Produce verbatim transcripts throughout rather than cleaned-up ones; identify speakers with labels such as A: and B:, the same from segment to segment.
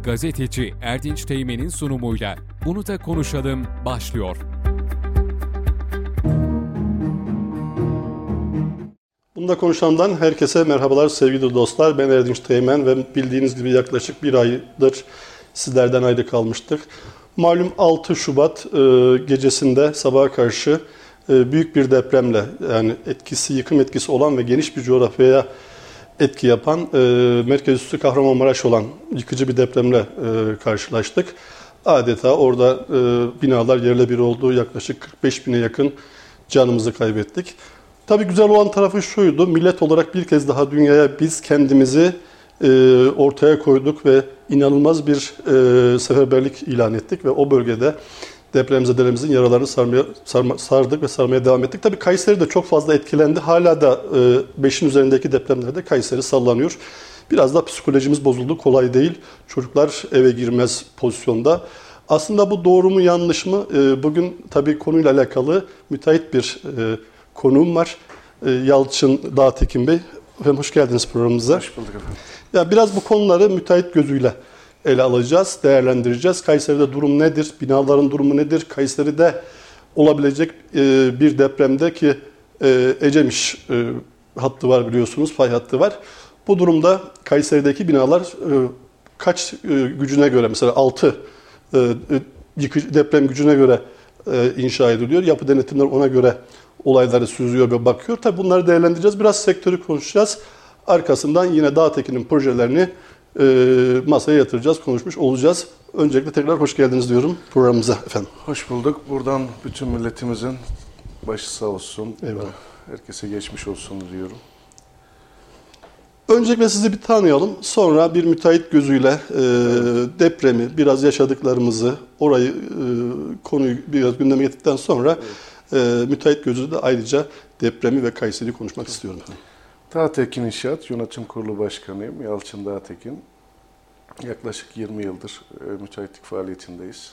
A: gazeteci Erdinç Teğmen'in sunumuyla Bunu da Konuşalım başlıyor.
B: Bunu da Konuşalım'dan herkese merhabalar sevgili dostlar. Ben Erdinç Teğmen ve bildiğiniz gibi yaklaşık bir aydır sizlerden ayrı kalmıştık. Malum altı Şubat e, gecesinde sabaha karşı e, büyük bir depremle, yani etkisi, yıkım etkisi olan ve geniş bir coğrafyaya etki yapan, e, merkez üssü Kahramanmaraş olan yıkıcı bir depremle e, karşılaştık. Adeta orada e, binalar yerle bir oldu. Yaklaşık kırk beş bine yakın canımızı kaybettik. Tabii güzel olan tarafı şuydu, millet olarak bir kez daha dünyaya biz kendimizi e, ortaya koyduk ve inanılmaz bir e, seferberlik ilan ettik ve o bölgede depremzedelerimizin yaralarını sarmaya, sarma, sardık ve sarmaya devam ettik. Tabii Kayseri de çok fazla etkilendi. Hala da beşin üzerindeki depremlerde Kayseri sallanıyor. Biraz da psikolojimiz bozuldu. Kolay değil. Çocuklar eve girmez pozisyonda. Aslında bu doğru mu yanlış mı? E, bugün tabii konuyla alakalı müteahhit bir e, konuğum var. E, Yalçın Dağtekin Bey. Efendim hoş geldiniz programımıza.
C: Hoş bulduk efendim. Ya
B: biraz bu konuları müteahhit gözüyle ele alacağız, değerlendireceğiz. Kayseri'de durum nedir? Binaların durumu nedir? Kayseri'de olabilecek bir depremde ki Ecemiş hattı var biliyorsunuz, fay hattı var. Bu durumda Kayseri'deki binalar kaç gücüne göre, mesela altı deprem gücüne göre inşa ediliyor. Yapı denetimler ona göre olayları süzüyor ve bakıyor. Tabii bunları değerlendireceğiz. Biraz sektörü konuşacağız. Arkasından yine Dağtekin'in projelerini E, masaya yatıracağız, konuşmuş olacağız. Öncelikle tekrar hoş geldiniz diyorum programımıza efendim.
C: Hoş bulduk. Buradan bütün milletimizin başı sağ olsun.
B: Eyvallah.
C: Herkese geçmiş olsun diyorum.
B: Öncelikle sizi bir tanıyalım. Sonra bir müteahhit gözüyle e, evet. depremi, biraz yaşadıklarımızı, orayı, e, konuyu biraz gündeme getirdikten sonra evet. e, müteahhit gözüyle de ayrıca depremi ve Kayseri'yi konuşmak evet. istiyorum efendim.
C: Dağtekin İnşaat Yönetim Kurulu Başkanıyım. Yalçın Dağtekin. Yaklaşık yirmi yıldır e, müteahhitlik faaliyetindeyiz.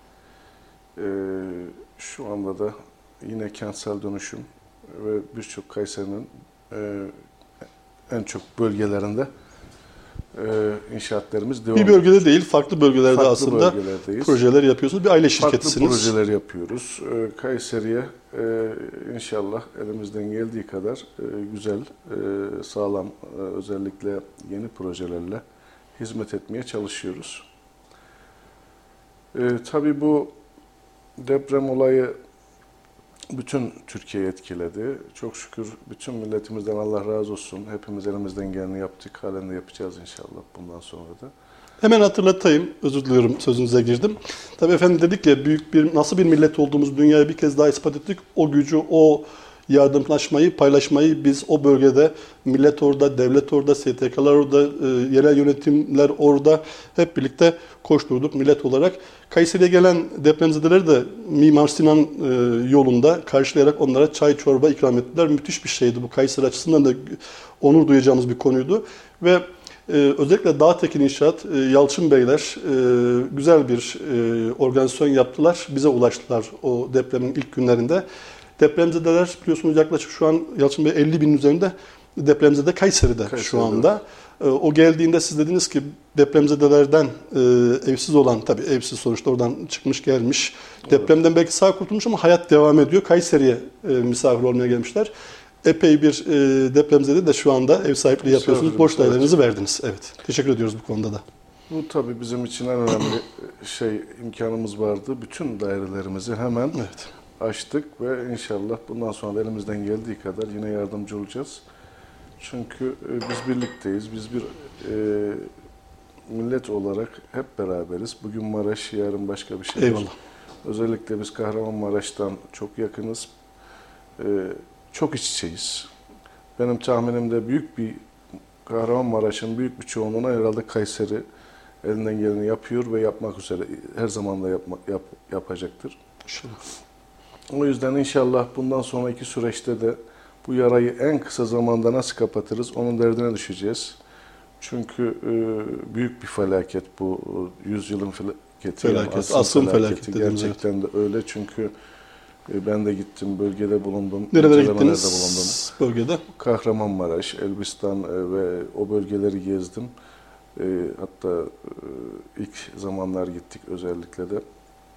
C: E, şu anda da yine kentsel dönüşüm ve birçok Kayseri'nin e, en çok bölgelerinde e, inşaatlarımız devam
B: ediyor. Bir bölgede ediyor. Değil, farklı bölgelerde farklı aslında projeler yapıyorsunuz. Bir aile şirketisiniz.
C: Farklı projeler yapıyoruz. E, Kayseri'ye e, inşallah elimizden geldiği kadar e, güzel, e, sağlam, e, özellikle yeni projelerle hizmet etmeye çalışıyoruz. E, tabii bu deprem olayı bütün Türkiye'yi etkiledi. Çok şükür bütün milletimizden Allah razı olsun. Hepimiz elimizden geleni yaptık. Halen de yapacağız inşallah bundan sonra da.
B: Hemen hatırlatayım. Özür diliyorum, sözünüze girdim. Tabii efendim dedik ya, büyük bir nasıl bir millet olduğumuzu dünyaya bir kez daha ispat ettik. O gücü, o yardımlaşmayı, paylaşmayı biz o bölgede, millet orada, devlet orada, S T K'lar orada, e, yerel yönetimler orada hep birlikte koşturduk millet olarak. Kayseri'ye gelen depremzedeleri de Mimar Sinan e, yolunda karşılayarak onlara çay çorba ikram ettiler. Müthiş bir şeydi bu. Kayseri açısından da onur duyacağımız bir konuydu. Ve Ee, özellikle Dağtekin İnşaat, e, Yalçın Beyler e, güzel bir e, organizasyon yaptılar. Bize ulaştılar o depremin ilk günlerinde. Depremzedeler biliyorsunuz yaklaşık şu an Yalçın Bey elli binin üzerinde depremzede Kayseri'de, Kayseri'de şu anda. E, o geldiğinde siz dediniz ki depremzedelerden e, evsiz olan, tabii evsiz sonuçta oradan çıkmış gelmiş. Evet. Depremden belki sağ kurtulmuş ama hayat devam ediyor. Kayseri'ye e, misafir olmaya gelmişler. Epey bir e, depremzede de şu anda ev sahipliği yapıyorsunuz. Borç dairelerinizi evet. verdiniz. Evet. Teşekkür ediyoruz bu konuda da.
C: Bu tabii bizim için en önemli şey, imkanımız vardı. Bütün dairelerimizi hemen evet. açtık ve inşallah bundan sonra da elimizden geldiği kadar yine yardımcı olacağız. Çünkü e, biz birlikteyiz. Biz bir e, millet olarak hep beraberiz. Bugün Maraş, yarın başka bir şey.
B: Eyvallah.
C: Özellikle biz Kahramanmaraş'tan çok yakınız. E, Çok iç içeyiz. Benim tahminimde büyük bir Kahramanmaraş'ın büyük bir çoğunluğuna herhalde Kayseri elinden geleni yapıyor ve yapmak üzere her zaman da yapma, yap, yapacaktır.
B: İnşallah.
C: O yüzden inşallah bundan sonraki süreçte de bu yarayı en kısa zamanda nasıl kapatırız onun derdine düşeceğiz. Çünkü e, büyük bir felaket bu yüzyılın felaketi.
B: Felaket, asıl, asıl felaketi.
C: Gerçekten evet. de öyle çünkü ben de gittim, bölgede bulundum.
B: Nerelere gittiniz
C: bulundum.
B: bölgede?
C: Kahramanmaraş, Elbistan ve o bölgeleri gezdim. E, hatta e, ilk zamanlar gittik özellikle de.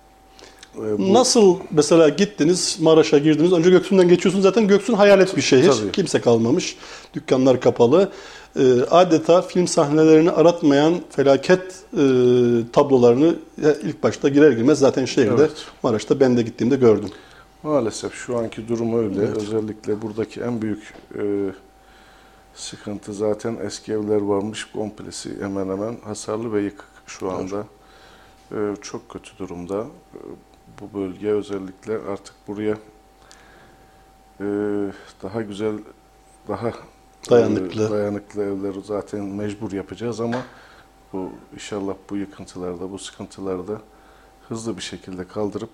C: E, bu,
B: Nasıl mesela gittiniz, Maraş'a girdiniz, önce Göksu'ndan geçiyorsunuz, zaten Göksun hayalet bir şehir,
C: Tabii.
B: kimse kalmamış, dükkanlar kapalı. E, adeta film sahnelerini aratmayan felaket e, tablolarını ilk başta girer girmez zaten şehirde,
C: Evet.
B: Maraş'ta ben de gittiğimde gördüm.
C: Maalesef şu anki durum öyle.
B: Evet.
C: Özellikle buradaki en büyük e, sıkıntı zaten eski evler varmış, komplesi hemen hemen hasarlı ve yıkık şu anda. E, çok kötü durumda. E, bu bölge özellikle artık buraya e, daha güzel, daha
B: Dayanıklı.
C: e, dayanıklı evleri zaten mecbur yapacağız ama bu inşallah bu yıkıntılarda, bu sıkıntılarda hızlı bir şekilde kaldırıp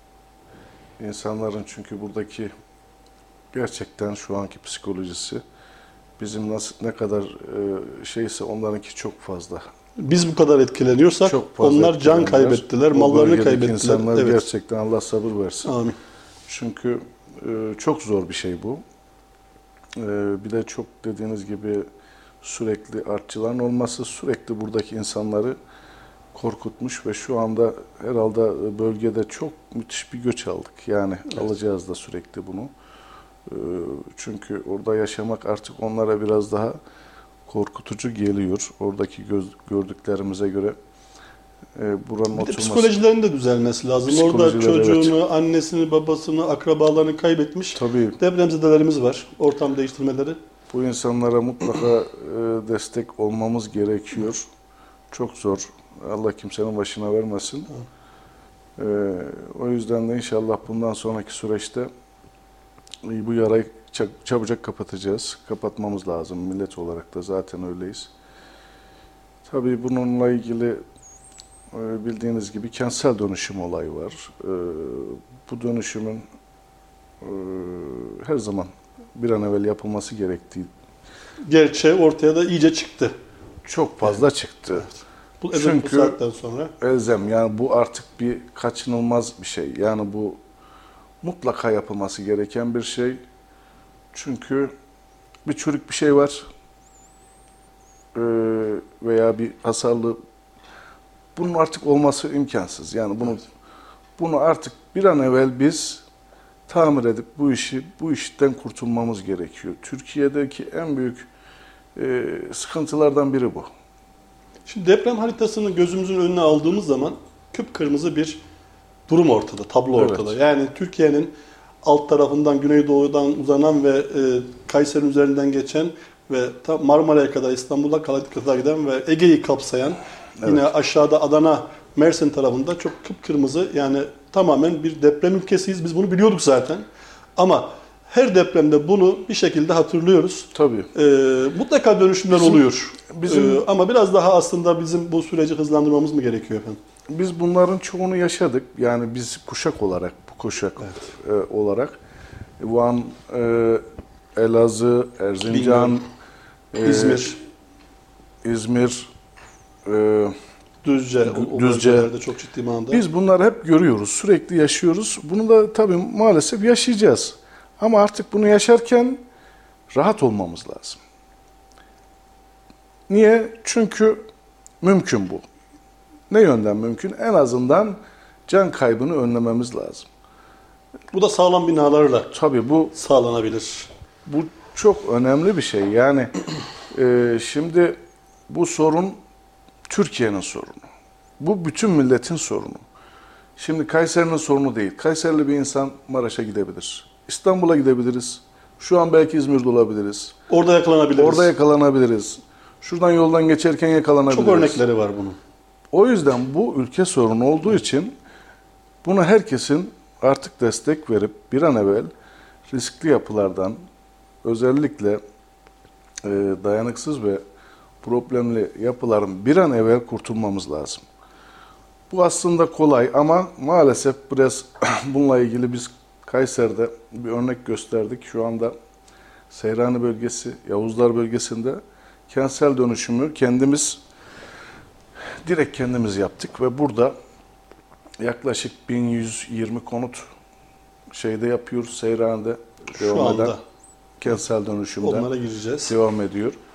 C: İnsanların çünkü buradaki gerçekten şu anki psikolojisi bizim nasıl ne kadar e, şeyse onlarınki çok fazla.
B: Biz bu kadar etkileniyorsak
C: Çok fazla
B: onlar can
C: etkilendiler.
B: kaybettiler,
C: O
B: mallarını
C: bölgedeki
B: kaybettiler.
C: insanlar
B: Evet.
C: gerçekten Allah sabır versin.
B: Amin.
C: Çünkü e, çok zor bir şey bu. E, bir de çok dediğiniz gibi sürekli artçıların olması sürekli buradaki insanları korkutmuş ve şu anda herhalde bölgede çok müthiş bir göç aldık. Yani
B: Evet.
C: alacağız da sürekli bunu. Ee, Çünkü orada yaşamak artık onlara biraz daha korkutucu geliyor. Oradaki göz, gördüklerimize göre e, buranın
B: Bir de
C: oturması...
B: psikolojilerinin de düzelmesi lazım. Orada
C: Psikolojileri,
B: çocuğunu,
C: evet.
B: annesini, babasını, akrabalarını kaybetmiş
C: Tabii
B: depremzedelerimiz var. Ortam değiştirmeleri.
C: bu insanlara mutlaka e, destek olmamız gerekiyor. Çok zor. Allah kimsenin başına vermesin. Ee, o yüzden de inşallah bundan sonraki süreçte bu yarayı çabucak kapatacağız. Kapatmamız lazım. Millet olarak da zaten öyleyiz. Tabii bununla ilgili e, bildiğiniz gibi kentsel dönüşüm olayı var. E, bu dönüşümün e, her zaman bir an evvel yapılması gerektiği
B: Gerçeği ortaya da iyice çıktı.
C: çok fazla çıktı.
B: Evet. Bu, evet,
C: Çünkü
B: bu saatten sonra.
C: elzem yani bu artık bir kaçınılmaz bir şey. Yani bu mutlaka yapılması gereken bir şey. Çünkü bir çürük bir şey var ee, veya bir hasarlı. Bunun artık olması imkansız. Yani bunu bunu artık bir an evvel biz tamir edip bu işi bu işten kurtulmamız gerekiyor. Türkiye'deki en büyük e, sıkıntılardan biri bu.
B: Şimdi deprem haritasını gözümüzün önüne aldığımız zaman kıpkırmızı bir durum ortada, tablo
C: Evet.
B: ortada. Yani Türkiye'nin alt tarafından Güneydoğu'dan uzanan ve e, Kayseri'nin üzerinden geçen ve ta Marmara'ya kadar, İstanbul'a kadar giden ve Ege'yi kapsayan,
C: Evet.
B: yine aşağıda Adana, Mersin tarafında çok kıpkırmızı, yani tamamen bir deprem ülkesiyiz. Biz bunu biliyorduk zaten. Ama her depremde bunu bir şekilde hatırlıyoruz.
C: Tabii.
B: E, mutlaka dönüşümler
C: Bizim-
B: oluyor.
C: bizim-
B: E, ama biraz daha aslında bizim bu süreci hızlandırmamız mı gerekiyor efendim?
C: Biz bunların çoğunu yaşadık. Yani biz kuşak olarak, bu kuşak e, olarak Van, e, Elazığ, Erzincan, e,
B: İzmir,
C: İzmir, e,
B: Düzce, o, o
C: Düzce.
B: bölgelerde çok ciddi manada.
C: biz bunları hep görüyoruz, sürekli yaşıyoruz. Bunu da tabii maalesef yaşayacağız. Ama artık bunu yaşarken rahat olmamız lazım. Niye? Çünkü mümkün bu. Ne yönden mümkün? En azından can kaybını önlememiz lazım.
B: Bu da sağlam binalarla
C: Tabii bu
B: sağlanabilir.
C: bu çok önemli bir şey. Yani e, şimdi bu sorun Türkiye'nin sorunu. Bu bütün milletin sorunu. Şimdi Kayseri'nin sorunu değil. Kayserili bir insan Maraş'a gidebilir. İstanbul'a gidebiliriz. Şu an belki İzmir'de olabiliriz.
B: Orada yakalanabiliriz.
C: Orada yakalanabiliriz. Şuradan yoldan geçerken yakalanabiliriz.
B: çok örnekleri var bunun.
C: O yüzden bu ülke sorunu olduğu için buna herkesin artık destek verip bir an evvel riskli yapılardan, özellikle e, dayanıksız ve problemli yapıların bir an evvel kurtulmamız lazım. Bu aslında kolay ama maalesef biraz bununla ilgili biz Kayseri'de bir örnek gösterdik. Şu anda Seyrani bölgesi, Yavuzlar bölgesinde kentsel dönüşümü kendimiz direkt kendimiz yaptık ve burada yaklaşık bin yüz yirmi konut şeyde yapıyoruz Seyrani'de
B: Şu
C: devam eden
B: anda
C: kentsel dönüşümden
B: onlara gireceğiz.
C: devam ediyor.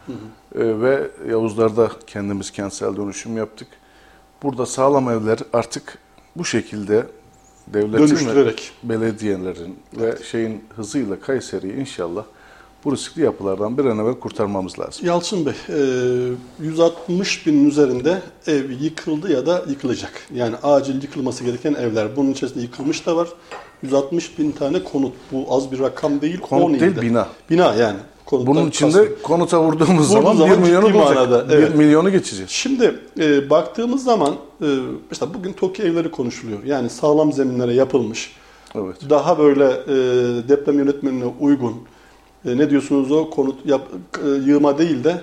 C: Hı hı. E, ve Yavuzlar'da kendimiz kentsel dönüşüm yaptık. Burada sağlam evler artık bu şekilde devletin ve belediyelerin evet. ve şeyin hızıyla Kayseri'yi inşallah bu riskli yapılardan bir an evvel kurtarmamız lazım.
B: Yalçın Bey, yüz altmış binin üzerinde ev yıkıldı ya da yıkılacak. Yani acil yıkılması gereken evler. Bunun içerisinde yıkılmış da var. yüz altmış bin tane konut. Bu az bir rakam değil.
C: Konut değil, bina.
B: Bina yani.
C: Bunun içinde kastım. Konuta vurduğumuz zaman, zaman bir milyonu bulacak. Evet. bir milyonu geçeceğiz.
B: Şimdi e, baktığımız zaman e, mesela bugün TOKİ evleri konuşuluyor. Yani sağlam zeminlere yapılmış. Evet. Daha böyle e, deprem yönetmenine uygun. E, ne diyorsunuz o konut yap, e, yığma değil de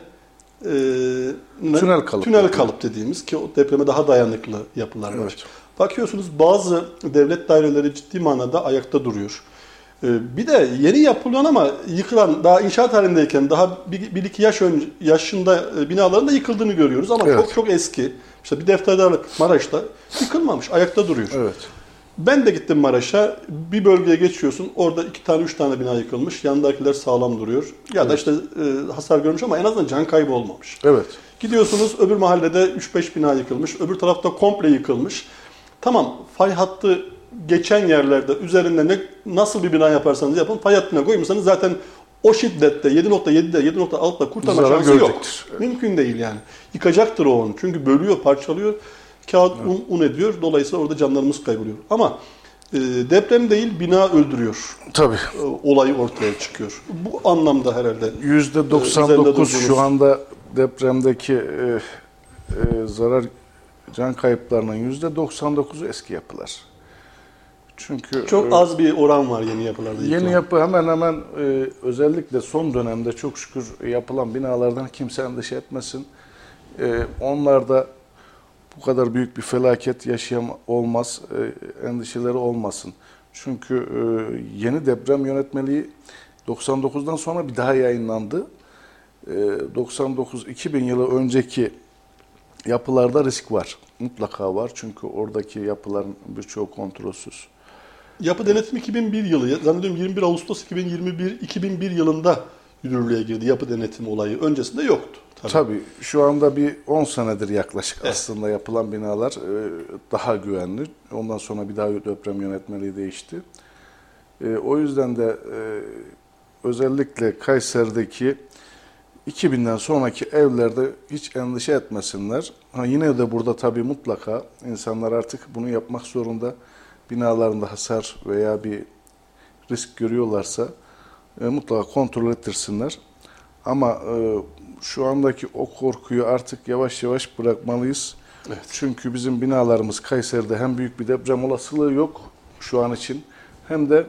B: e,
C: tünel kalıp.
B: Tünel kalıp dediğimiz ki o depreme daha dayanıklı yapılar var. Evet. Bakıyorsunuz bazı devlet daireleri ciddi manada ayakta duruyor. Bir de yeni yapılan ama yıkılan, daha inşaat halindeyken daha bir, bir iki yaş önce, yaşında binaların da yıkıldığını görüyoruz ama evet. çok çok eski. İşte bir defterdarlık Maraş'ta yıkılmamış, ayakta duruyor.
C: Evet.
B: Ben de gittim Maraş'a, bir bölgeye geçiyorsun, orada iki tane, üç tane bina yıkılmış, yanındakiler sağlam duruyor. Ya evet. da işte e, hasar görmüş ama en azından can kaybı olmamış.
C: Evet.
B: Gidiyorsunuz öbür mahallede üç beş bina yıkılmış, öbür tarafta komple yıkılmış. Tamam, fay hattı geçen yerlerde üzerinde ne, nasıl bir bina yaparsanız yapın, fay hattına koymuşsanız zaten o şiddette yedi nokta yedide, yedi nokta altıda kurtarma
C: zarar
B: şansı yok.
C: Evet.
B: Mümkün değil yani. Yıkacaktır o onu. Çünkü bölüyor, parçalıyor, kağıt evet. un, un ediyor. Dolayısıyla orada canlarımız kayboluyor. Ama e, deprem değil, bina öldürüyor.
C: Tabii.
B: E, olay ortaya çıkıyor. Bu anlamda herhalde.
C: yüzde doksan dokuz e, şu anda depremdeki e, e, zarar, can kayıplarının yüzde doksan dokuzu eski yapılar. Çünkü
B: çok az bir oran var yeni yapılarda.
C: Yeni yapı hemen hemen e, özellikle son dönemde çok şükür yapılan binalardan kimse endişe etmesin. E, onlar da bu kadar büyük bir felaket yaşayam olmaz, e, endişeleri olmasın. Çünkü e, yeni deprem yönetmeliği doksan dokuzdan sonra bir daha yayınlandı. E, doksan dokuz iki bin yılı önceki yapılarda risk var. Mutlaka var çünkü oradaki yapıların birçoğu kontrolsüz.
B: Yapı denetimi iki bin bir yılı, zannediyorum yirmi bir Ağustos iki bin yirmi bir iki bin bir yılında yürürlüğe girdi yapı denetimi olayı. Öncesinde yoktu.
C: Tabii, tabii şu anda bir on senedir yaklaşık evet. aslında yapılan binalar daha güvenli. Ondan sonra bir daha deprem yönetmeliği değişti. O yüzden de özellikle Kayseri'deki iki binden sonraki evlerde hiç endişe etmesinler. Ha, yine de burada tabii mutlaka insanlar artık bunu yapmak zorunda. Binalarında hasar veya bir risk görüyorlarsa e, mutlaka kontrol ettirsinler. Ama e, şu andaki o korkuyu artık yavaş yavaş bırakmalıyız. Evet. Çünkü bizim binalarımız Kayseri'de hem büyük bir deprem olasılığı yok şu an için hem de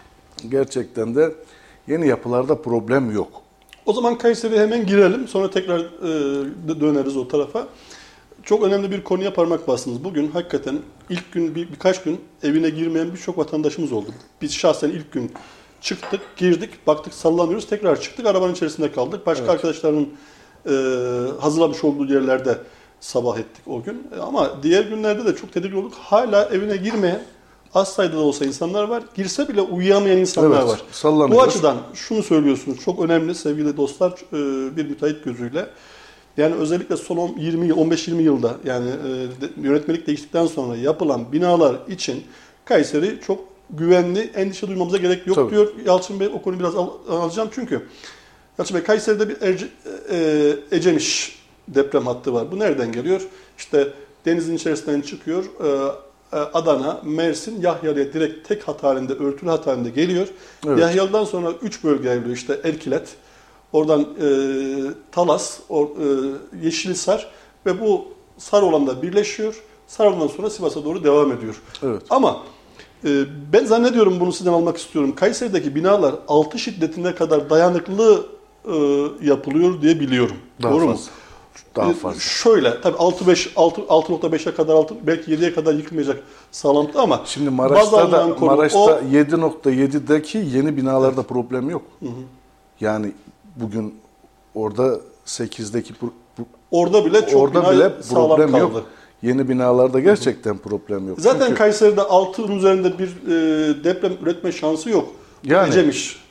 C: gerçekten de yeni yapılarda problem yok.
B: O zaman Kayseri'ye hemen girelim. Sonra tekrar e, döneriz o tarafa. Çok önemli bir konuya parmak bastınız. Bugün hakikaten ilk gün bir, birkaç gün evine girmeyen birçok vatandaşımız oldu. Biz şahsen ilk gün çıktık, girdik, baktık sallanıyoruz, tekrar çıktık, arabanın içerisinde kaldık. Başka evet. arkadaşların e, hazırlamış olduğu yerlerde sabah ettik o gün. Ama diğer günlerde de çok tedirgin olduk. Hala evine girmeyen, az sayıda da olsa insanlar var. Girse bile uyuyamayan insanlar evet, var.
C: Sallanıyor.
B: Bu açıdan şunu söylüyorsunuz, çok önemli sevgili dostlar, e, bir müteahhit gözüyle. Yani özellikle son yirmi yıl, on beş yirmi yılda yani e, yönetmelik değiştikten sonra yapılan binalar için Kayseri çok güvenli, endişe duymamıza gerek yok Tabii. diyor. Yalçın Bey o konuyu biraz al, alacağım çünkü Yalçın Bey Kayseri'de bir Erce, e, Ecemiş deprem hattı var. Bu nereden geliyor? İşte denizin içerisinden çıkıyor. E, Adana, Mersin, Yahyalı'ya direkt tek hat halinde, örtülü hat halinde geliyor. Evet. Yahyalı'dan sonra üç bölge ayrılıyor. İşte Erkilet, oradan e, Talas, or, e, Yeşilhisar ve bu Sarıoğlan'da birleşiyor. Sarıoğlan'dan sonra Sivas'a doğru devam ediyor.
C: Evet.
B: Ama e, ben zannediyorum bunu sizden almak istiyorum. Kayseri'deki binalar altı şiddetine kadar dayanıklı e, yapılıyor diye biliyorum.
C: Daha
B: Doğru
C: fazla.
B: mu?
C: Daha fazla.
B: Şöyle tabii altı nokta beşe kadar altı, belki yediye kadar yıkılmayacak sağlamlıkta ama
C: şimdi Maraş'ta da konu, Maraş'ta o, yedi nokta yedideki yeni binalarda evet. problem yok. Hı hı. Yani bugün orada sekizdeki
B: orada bile çok
C: orada bile problem yok. Kaldı. Yeni binalarda gerçekten hı hı. problem yok.
B: Zaten
C: Çünkü
B: Kayseri'de altının üzerinde bir e, deprem üretme şansı yok. Yani Ecemiş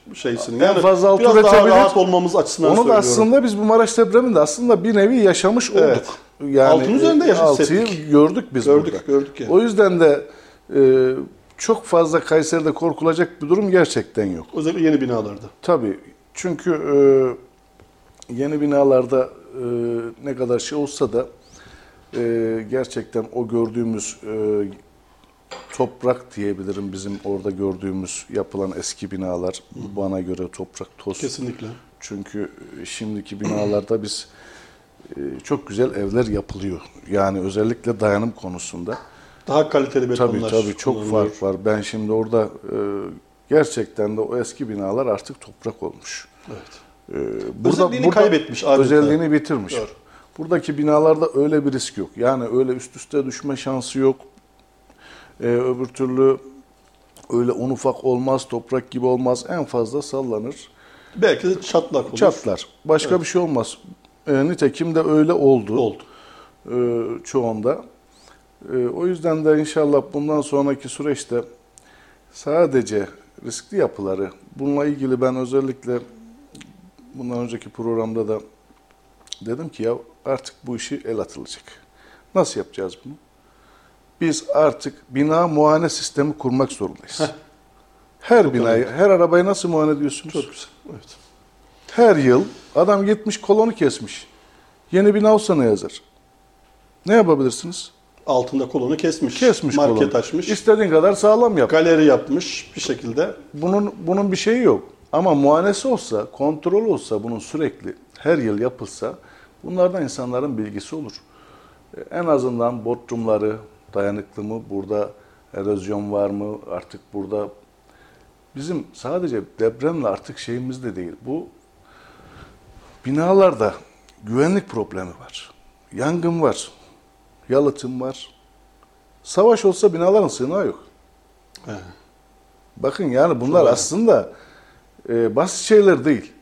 B: şeysinin.
C: En
B: Yani
C: fazla altı
B: biraz daha
C: üretebilir.
B: rahat olmamız açısından
C: Onu da
B: söylüyorum.
C: aslında biz bu Maraş depreminde aslında bir nevi yaşamış olduk.
B: Evet.
C: Yani
B: Altın üzerinde yaşadık.
C: altıyı gördük biz
B: Gördük,
C: burada.
B: gördük yani.
C: O yüzden de e, çok fazla Kayseri'de korkulacak bir durum gerçekten yok.
B: Özellikle yeni binalarda.
C: Tabii. Çünkü e, yeni binalarda e, ne kadar şey olsa da e, gerçekten o gördüğümüz e, toprak diyebilirim, bizim orada gördüğümüz yapılan eski binalar bana göre toprak, toz.
B: Kesinlikle.
C: Çünkü şimdiki binalarda biz e, çok güzel evler yapılıyor. Yani özellikle dayanım konusunda.
B: Daha kaliteli
C: Tabii
B: betonlar.
C: tabii çok
B: kullanılıyor.
C: fark var. Ben şimdi orada e, gerçekten de o eski binalar artık toprak olmuş.
B: Evet.
C: E,
B: Özelliğini kaybetmiş adeta.
C: Özelliğini bitirmiş.
B: Doğru.
C: Buradaki binalarda öyle bir risk yok. Yani öyle üst üste düşme şansı yok. E, öbür türlü öyle un ufak olmaz, toprak gibi olmaz. En fazla sallanır.
B: Belki de çatlak olur.
C: Çatlar. Başka
B: Evet.
C: bir şey olmaz. E, nitekim de öyle oldu.
B: Oldu.
C: E, çoğunda. E, o yüzden de inşallah bundan sonraki süreçte sadece riskli yapıları, bununla ilgili ben özellikle bundan önceki programda da dedim ki ya artık bu işi el atılacak. Nasıl yapacağız bunu? Biz artık bina muayene sistemi kurmak zorundayız.
B: Heh.
C: Her
B: Çok
C: binayı,
B: önemli.
C: her arabayı nasıl muayene ediyorsunuz?
B: Çok güzel. Evet.
C: Her yıl adam gitmiş kolonu kesmiş. Yeni bina olsa ne yazar? Ne yapabilirsiniz?
B: Altında kolonu kesmiş.
C: Kesmiş
B: Market
C: kolonu.
B: açmış.
C: İstediğin kadar sağlam yap.
B: Galeri yapmış bir şekilde.
C: Bunun bunun bir şeyi yok. Ama muayenesi olsa, kontrol olsa, bunun sürekli her yıl yapılsa bunlardan insanların bilgisi olur. En azından bodrumları dayanıklı mı? Burada erozyon var mı? Artık burada bizim sadece depremle artık şeyimiz de değil. Bu binalarda güvenlik problemi var. Yangın var. Yalıtım var. Savaş olsa binaların sığınağı yok.
B: He.
C: Bakın yani bunlar
B: Çok
C: aslında e, basit şeyler değil.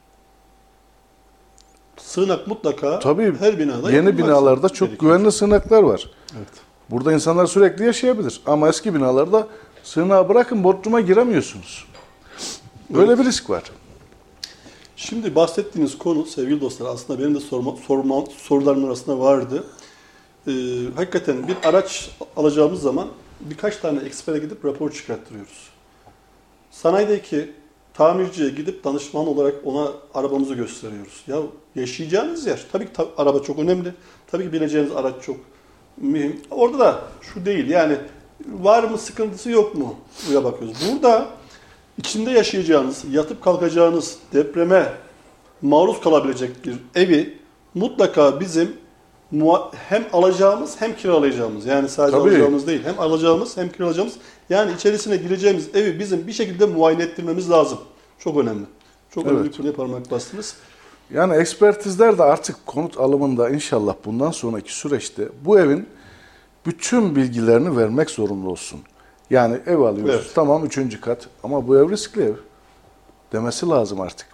B: Sığınak mutlaka
C: Tabii
B: her binada
C: yeni
B: yapılması
C: binalarda çok
B: gerekiyor.
C: güvenli sığınaklar var.
B: Evet.
C: Burada insanlar sürekli yaşayabilir. Ama eski binalarda sığınağı bırakın bodruma giremiyorsunuz. Böyle bir risk var.
B: Şimdi bahsettiğiniz konu sevgili dostlar aslında benim de sorma, sorma, sorularımın arasında vardı. Ee, hakikaten bir araç alacağımız zaman birkaç tane ekspere gidip rapor çıkarttırıyoruz. Sanayideki tamirciye gidip danışman olarak ona arabamızı gösteriyoruz. Ya yaşayacağınız yer, tabii ki ta- araba çok önemli. Tabii ki bineceğiniz araç çok mühim. Orada da şu değil yani var mı sıkıntısı yok mu? Buraya bakıyoruz. Burada içinde yaşayacağınız, yatıp kalkacağınız depreme maruz kalabilecek bir evi mutlaka bizim hem alacağımız hem kiralayacağımız yani sadece
C: Tabii.
B: alacağımız değil hem alacağımız hem kiralayacağımız yani içerisine gireceğimiz evi bizim bir şekilde muayene ettirmemiz lazım. Çok önemli. Çok önemli
C: Evet.
B: bir konuya parmak bastınız.
C: Yani ekspertizler de artık konut alımında inşallah bundan sonraki süreçte bu evin bütün bilgilerini vermek zorunda olsun. Yani ev alıyoruz.
B: Evet.
C: Tamam üçüncü kat ama bu ev riskli ev demesi lazım artık.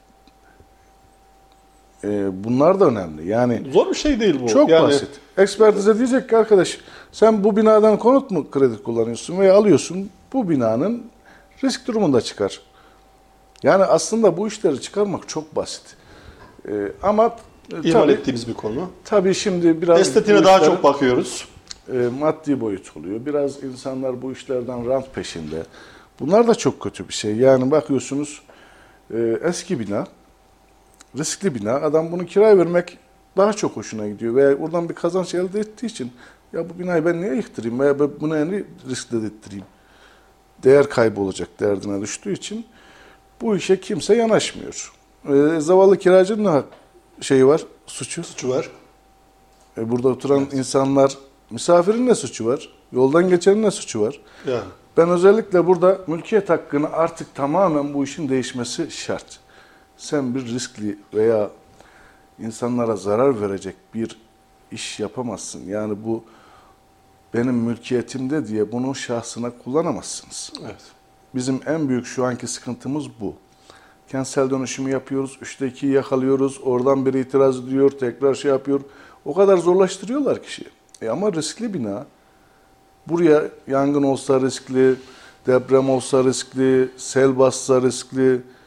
C: Ee, bunlar da önemli. Yani
B: Zor bir şey değil bu.
C: çok
B: yani,
C: basit. Ekspertize diyecek ki arkadaş sen bu binadan konut mu kredi kullanıyorsun veya alıyorsun, bu binanın risk durumunda çıkar. Yani aslında bu işleri çıkarmak çok basit. Ee, ama e,
B: ihmal
C: tabii,
B: ettiğimiz bir konu.
C: tabii şimdi biraz
B: Estetiğine
C: bu
B: daha
C: işlerin,
B: çok bakıyoruz.
C: e, maddi boyut oluyor. Biraz insanlar bu işlerden rant peşinde. Bunlar da çok kötü bir şey. Yani bakıyorsunuz e, eski bina, riskli bina. Adam bunu kiraya vermek daha çok hoşuna gidiyor. Veya oradan bir kazanç elde ettiği için ya bu binayı ben niye yıktırayım veya ben buna niye risk ettireyim? Değer kaybı olacak derdine düştüğü için bu işe kimse yanaşmıyor. E, zavallı kiracının ne şeyi var? Suçu.
B: Suçu var.
C: E, burada oturan
B: Evet.
C: insanlar, misafirin ne suçu var? Yoldan geçenin ne suçu var?
B: Yani.
C: Ben özellikle burada mülkiyet hakkını artık tamamen bu işin değişmesi şart. Sen bir riskli veya insanlara zarar verecek bir iş yapamazsın. Yani bu benim mülkiyetimde diye bunu şahsına kullanamazsınız.
B: Evet.
C: Bizim en büyük şu anki sıkıntımız bu. Kentsel dönüşümü yapıyoruz, üçte ikiyi yakalıyoruz, oradan biri itiraz ediyor, tekrar şey yapıyor. O kadar zorlaştırıyorlar kişiyi. E ama riskli bina, buraya yangın olsa riskli, deprem olsa riskli, sel bassa riskli,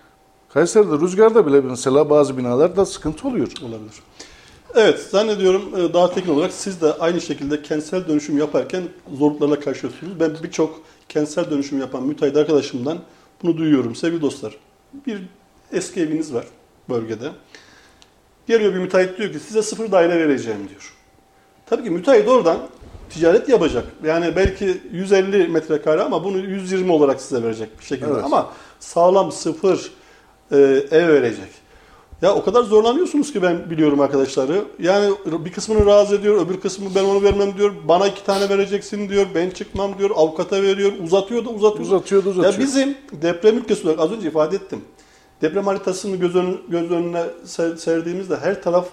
C: Kayseri'de rüzgarda bile mesela bazı binalarda sıkıntı oluyor.
B: Olabilir. Evet, zannediyorum daha teknik olarak siz de aynı şekilde kentsel dönüşüm yaparken zorluklarla karşılaşıyorsunuz. Ben birçok kentsel dönüşüm yapan müteahhit arkadaşımdan bunu duyuyorum. Sevgili dostlar, bir eski eviniz var bölgede. Geliyor bir müteahhit diyor ki size sıfır daire vereceğim diyor. Tabii ki müteahhit oradan ticaret yapacak. Yani belki yüz elli metrekare ama bunu yüz yirmi olarak size verecek bir şekilde.
C: Evet.
B: Ama sağlam sıfır e, ev verecek. Ya o kadar zorlanıyorsunuz ki ben biliyorum arkadaşları. Yani bir kısmını razı ediyor, öbür kısmı ben onu vermem diyor. Bana iki tane vereceksin diyor, ben çıkmam diyor, avukata veriyor. Uzatıyor da uzatıyor.
C: Uzatıyor da uzatıyor.
B: Ya bizim deprem ülkesi olarak az önce ifade ettim. Deprem haritasını göz, ön, göz önüne ser, serdiğimizde her taraf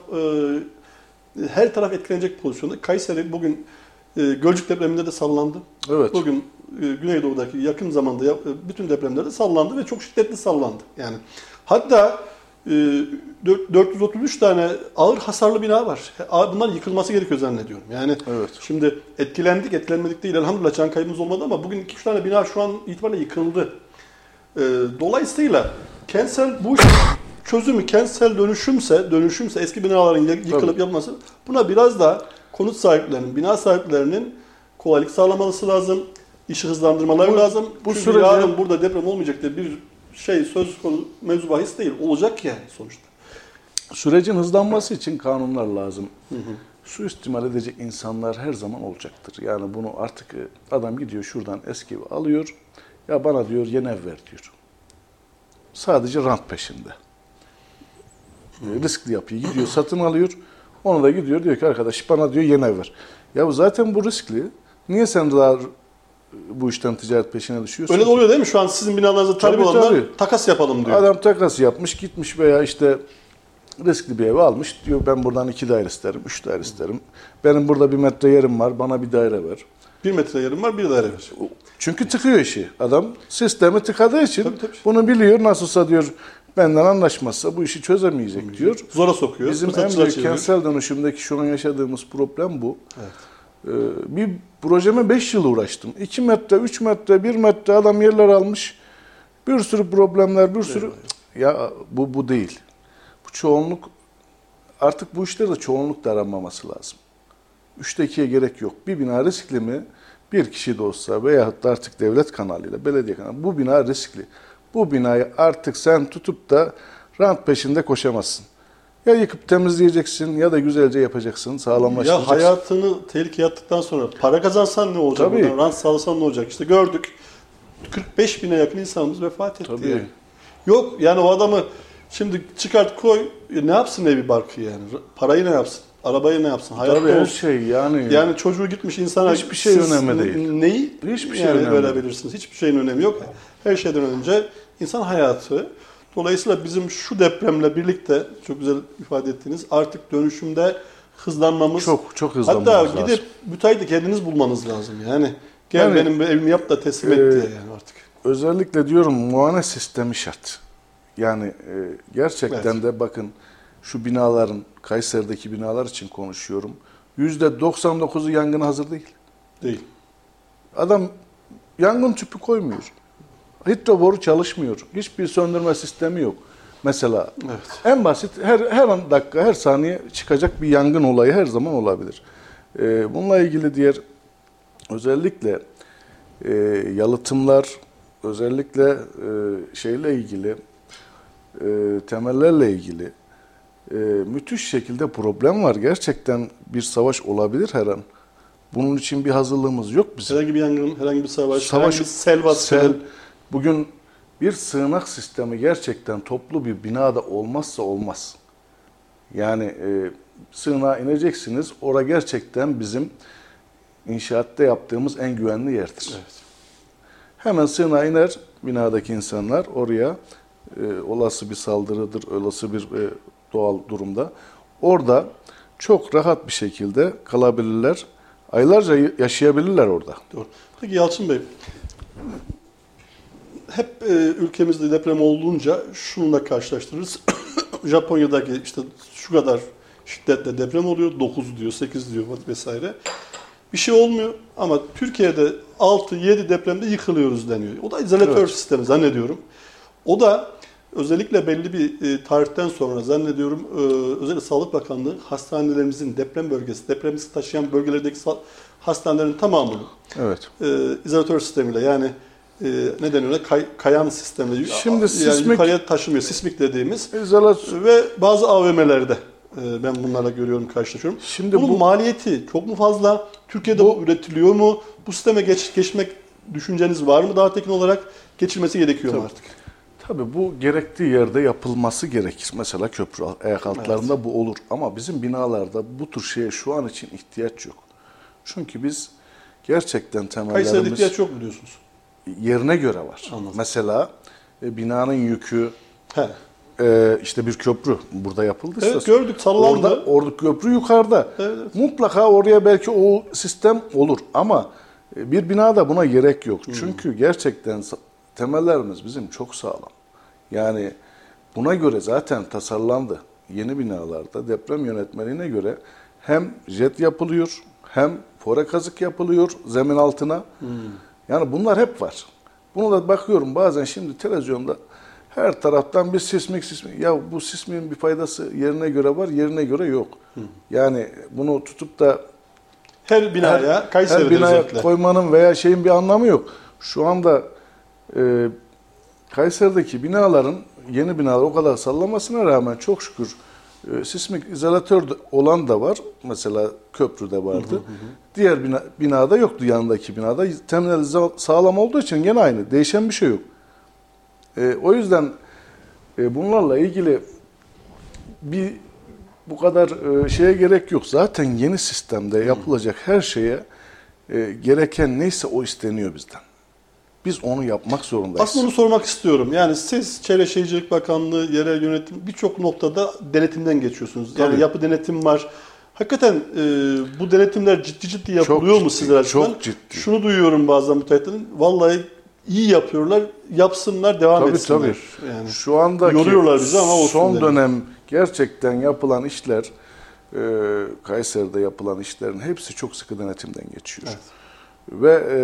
B: e, her taraf etkilenecek pozisyonda. Kayseri bugün e, Gölcük depreminde de sallandı.
C: Evet.
B: Bugün e, Güneydoğu'daki yakın zamanda ya, bütün depremlerde sallandı ve çok şiddetli sallandı. Yani hatta dört yüz otuz üç tane ağır hasarlı bina var. Bunlar yıkılması gerekiyor zannediyorum. Yani
C: evet.
B: Şimdi etkilendik, etkilenmedik değil. Elhamdülillah can kaybımız olmadı ama bugün iki üç tane bina şu an itibariyle yıkıldı. Dolayısıyla kentsel bu çözümü kentsel dönüşümse, dönüşümse eski binaların yıkılıp Tabii. yapılması buna biraz da konut sahiplerinin, bina sahiplerinin kolaylık sağlaması lazım. İşi hızlandırmaları bu, lazım. Bu Çünkü sürece... yarın burada deprem olmayacak diye bir şey söz konu mevzu bahis değil. Olacak yani sonuçta.
C: Sürecin hızlanması için kanunlar lazım. Hı hı. Suistimal edecek insanlar her zaman olacaktır. Yani bunu artık adam gidiyor şuradan eski evi alıyor. Ya bana diyor yeni ev ver diyor. Sadece rant peşinde. Hı. Riskli yapıyı gidiyor satın alıyor. Onu da gidiyor diyor ki arkadaş bana diyor yeni ev ver. Ya zaten bu riskli. Niye sen daha bu işten ticaret peşine düşüyorsun?
B: Öyle de oluyor değil mi? Şu an sizin binalarınızda talep olanlar tabii. takas yapalım diyor.
C: Adam takas yapmış gitmiş veya işte riskli bir evi almış. Diyor ben buradan iki daire isterim, üç daire isterim. Benim burada bir metre yerim var, bana bir daire ver.
B: Bir metre yerim var, bir daire ver.
C: Çünkü tıkıyor işi. Adam sistemi tıkadığı için
B: tabii, tabii.
C: bunu biliyor. Nasılsa diyor benden anlaşmazsa bu işi çözemeyecek Hı. diyor.
B: Zora sokuyor.
C: Bizim en büyük kentsel dönüşümdeki şu an yaşadığımız problem bu.
B: Evet.
C: Bir projeme beş yıl uğraştım. iki metre, üç metre, bir metre adam yerler almış. Bir sürü problemler, bir sürü... Ya bu bu değil. Bu çoğunluk, artık bu işlerde çoğunluk da aranmaması lazım. Üçte ikiye gerek yok. Bir bina riskli mi? Bir kişi de olsa veyahut da artık devlet kanalıyla, belediye kanalıyla bu bina riskli. Bu binayı artık sen tutup da rant peşinde koşamazsın. Ya yıkıp temizleyeceksin ya da güzelce yapacaksın, sağlamlaştıracaksın.
B: Ya hayatını tehlikeye attıktan sonra para kazansan ne olacak?
C: Tabii.
B: Rant sağlasan ne olacak? İşte gördük. kırk beş bine yakın insanımız vefat etti.
C: Tabii.
B: Yani. Yok yani o adamı şimdi çıkart koy, ne yapsın evi barkı yani? Parayı ne yapsın? Arabayı ne yapsın? Hayatta
C: Tabii her
B: olsun.
C: şey yani.
B: Yani çocuğu gitmiş insana...
C: Hiçbir şey önemli değil.
B: Neyi
C: Hiçbir şey
B: yani
C: önemli
B: verebilirsiniz? Hiçbir şeyin önemi yok. Her şeyden önce insan hayatı. Dolayısıyla bizim şu depremle birlikte çok güzel ifade ettiğiniz artık dönüşümde hızlanmamız.
C: Çok çok hızlanmamız
B: hatta
C: lazım.
B: Hatta gidip müteahhiti kendiniz bulmanız lazım. Yani gel
C: yani,
B: benim evimi yap da teslim
C: e,
B: et diye yani artık.
C: Özellikle diyorum muayene sistemi şart. Yani e, gerçekten evet. de bakın şu binaların, Kayseri'deki binalar için konuşuyorum. yüzde doksan dokuzu yangına hazır değil.
B: Değil. Adam
C: yangın tüpü koymuyor. Hidroboru çalışmıyor. Hiçbir söndürme sistemi yok. Mesela
B: evet.
C: en basit her her dakika, her saniye çıkacak bir yangın olayı her zaman olabilir. Ee, bununla ilgili diğer özellikle e, yalıtımlar, özellikle e, şeyle ilgili, e, temellerle ilgili e, müthiş şekilde problem var. Gerçekten bir savaş olabilir her an. Bunun için bir hazırlığımız yok bizim.
B: Herhangi bir yangın, herhangi bir savaş,
C: savaş
B: herhangi bir sel baskını.
C: Sel, bugün bir sığınak sistemi gerçekten toplu bir binada olmazsa olmaz. Yani e, sığınağa ineceksiniz. Orada gerçekten bizim inşaatta yaptığımız en güvenli yerdir.
B: Evet.
C: Hemen sığınağa iner binadaki insanlar oraya e, olası bir saldırıdır, olası bir e, doğal durumda. Orada çok rahat bir şekilde kalabilirler. Aylarca yaşayabilirler orada.
B: Doğru. Peki Yalçın Bey, hep e, ülkemizde deprem olduğunca şununla karşılaştırırız. Japonya'daki işte şu kadar şiddetle deprem oluyor, dokuz diyor, sekiz diyor vesaire. Bir şey olmuyor ama Türkiye'de altı yedi depremde yıkılıyoruz deniyor. O da izolatör evet. sistemi zannediyorum. O da Özellikle belli bir e, tarihten sonra zannediyorum e, özellikle Sağlık Bakanlığı hastanelerimizin deprem bölgesi, deprem riski taşıyan bölgelerdeki hastanelerin tamamını
C: evet.
B: e, izolatör sistemiyle yani e, ne deniyor? Kay, kayan sistemiyle
C: Şimdi
B: yani
C: sismik,
B: yukarıya taşımıyor. Sismik dediğimiz
C: izolasyon
B: ve bazı A V M'lerde e, ben bunlarla görüyorum, karşılaşıyorum.
C: Şimdi
B: Bunun
C: bu,
B: maliyeti çok mu fazla? Türkiye'de
C: bu,
B: bu üretiliyor mu? Bu sisteme geç, geçmek düşünceniz var mı? Daha teknik olarak geçilmesi gerekiyor
C: tabii,
B: mu artık?
C: Tabii bu gerektiği yerde yapılması gerekir. Mesela köprü ayak altlarında
B: evet.
C: bu olur. Ama bizim binalarda bu tür şeye şu an için ihtiyaç yok. Çünkü biz gerçekten temellerimiz...
B: Kayseri'de ihtiyaç yok mu diyorsunuz?
C: Yerine göre var.
B: Anladım.
C: Mesela e, binanın yükü,
B: He.
C: e, işte bir köprü burada yapıldı.
B: Evet, gördük, sallandı.
C: Orada, orada köprü yukarıda.
B: Evet, evet.
C: Mutlaka oraya belki o sistem olur ama e, bir binada buna gerek yok. Hmm. Çünkü gerçekten temellerimiz bizim çok sağlam. Yani buna göre zaten tasarlandı. Yeni binalarda deprem yönetmeliğine göre hem jet yapılıyor, hem fore kazık yapılıyor zemin altına. Hmm. Yani bunlar hep var. Bunu da bakıyorum bazen şimdi televizyonda her taraftan bir sismik sismik. Ya bu sismin bir faydası yerine göre var, yerine göre yok. Hı. Yani bunu tutup da
B: her binaya,
C: her,
B: Kayseri'de
C: her binaya
B: özellikle
C: koymanın veya şeyin bir anlamı yok. Şu anda e, Kayseri'deki binaların, yeni binalar o kadar sallamasına rağmen çok şükür e, sismik izolatör olan da var. Mesela köprüde vardı. Hı hı hı. Diğer bina, binada yoktu, yanındaki binada. Temel sağlam olduğu için gene aynı. Değişen bir şey yok. E, o yüzden e, bunlarla ilgili bir bu kadar e, şeye gerek yok. Zaten yeni sistemde yapılacak her şeye e, gereken neyse o isteniyor bizden. Biz onu yapmak zorundayız.
B: Aslında onu sormak istiyorum. Yani siz Çevre Şehircilik Bakanlığı, yerel yönetim birçok noktada denetimden geçiyorsunuz. Yani
C: Tabii.
B: yapı denetim var. Hakikaten e, bu denetimler ciddi ciddi yapılıyor
C: çok
B: mu
C: ciddi,
B: sizler açısından?
C: Çok ciddi.
B: Şunu duyuyorum bazen müteahhitlerin. Vallahi iyi yapıyorlar. Yapsınlar, devam
C: tabii,
B: etsinler.
C: Tabii.
B: Yani
C: şu andaki
B: yoruyorlar bizi ama olsun
C: son
B: dedim.
C: dönem gerçekten yapılan işler, e, Kayseri'de yapılan işlerin hepsi çok sıkı denetimden geçiyor.
B: Evet.
C: Ve e,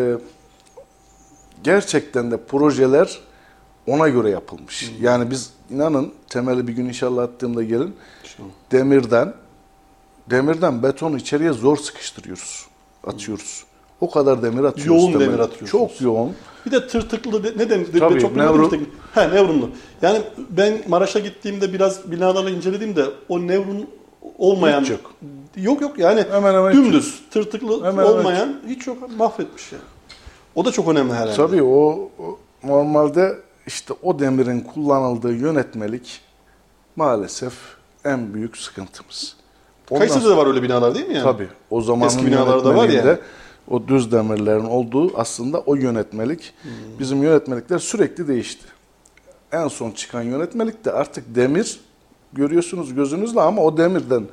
C: gerçekten de projeler ona göre yapılmış. Hmm. Yani biz inanın temeli bir gün inşallah attığımda gelin Şimdi. demirden demirden betonu içeriye zor sıkıştırıyoruz. Atıyoruz. O kadar demir atıyoruz.
B: Yoğun
C: temeli.
B: demir atıyorsunuz.
C: Çok yoğun.
B: Bir de tırtıklı de, ne demek?
C: Tabii,
B: çok
C: nevrum.
B: Işte. He, nevrumlu. Yani ben Maraş'a gittiğimde biraz binalarla incelediğimde o nevrum olmayan
C: hiç yok.
B: Yok yok yani
C: hemen hemen
B: dümdüz tırtıklı
C: hemen
B: olmayan
C: hemen
B: hiç yok, mahvetmiş yani. O da çok önemli herhalde.
C: Tabii o, o normalde işte o demirin kullanıldığı yönetmelik maalesef en büyük sıkıntımız.
B: Kayseri'de de var öyle binalar değil mi yani?
C: Tabii. O zamanın
B: eski binalarda var ya.
C: O düz demirlerin olduğu aslında o yönetmelik. Hmm. Bizim yönetmelikler sürekli değişti. En son çıkan yönetmelik de artık demir görüyorsunuz gözünüzle ama o demirden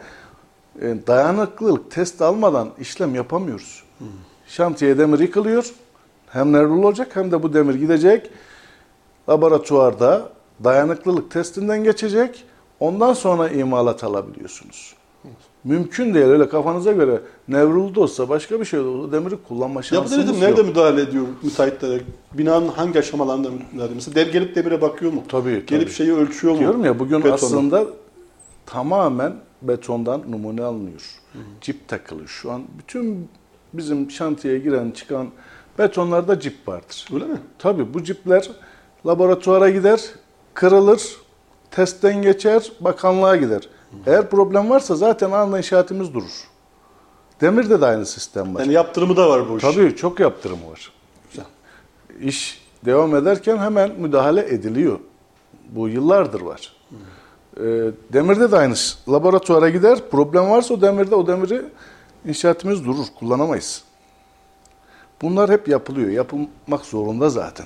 C: dayanıklılık testi almadan işlem yapamıyoruz. Hmm. Şantiye demir yıkılıyor. Hem nerede olacak hem de bu demir gidecek. Laboratuvarda dayanıklılık testinden geçecek. Ondan sonra imalat alabiliyorsunuz. Evet. Mümkün değil öyle kafanıza göre nevruldu olsa başka bir şey olsa demiri kullanma şansınız yok.
B: Yapı denetim nerede müdahale ediyor müteahhitlere? Binanın hangi aşamalarında müdahale ediyor? Mesela gelip demire bakıyor mu?
C: Tabii.
B: Gelip
C: tabii.
B: şeyi ölçüyor mu?
C: Diyorum ya bugün
B: betonu?
C: Aslında tamamen betondan numune alınıyor. Hı hı. Cip takılı. Şu an bütün bizim şantiyeye giren çıkan betonlarda cip vardır.
B: Öyle mi?
C: Tabii bu cipler laboratuvara gider, kırılır, testten geçer, bakanlığa gider. Hı. Eğer problem varsa zaten anında inşaatımız durur. Demirde de aynı sistem var.
B: Yani yaptırımı da var bu iş.
C: Tabii çok yaptırımı var.
B: Güzel.
C: İş devam ederken hemen müdahale ediliyor. Bu yıllardır var. Hı. Demirde de aynı. Laboratuvara gider, problem varsa o demirde o demiri inşaatımız durur, kullanamayız. Bunlar hep yapılıyor. Yapılmak zorunda zaten.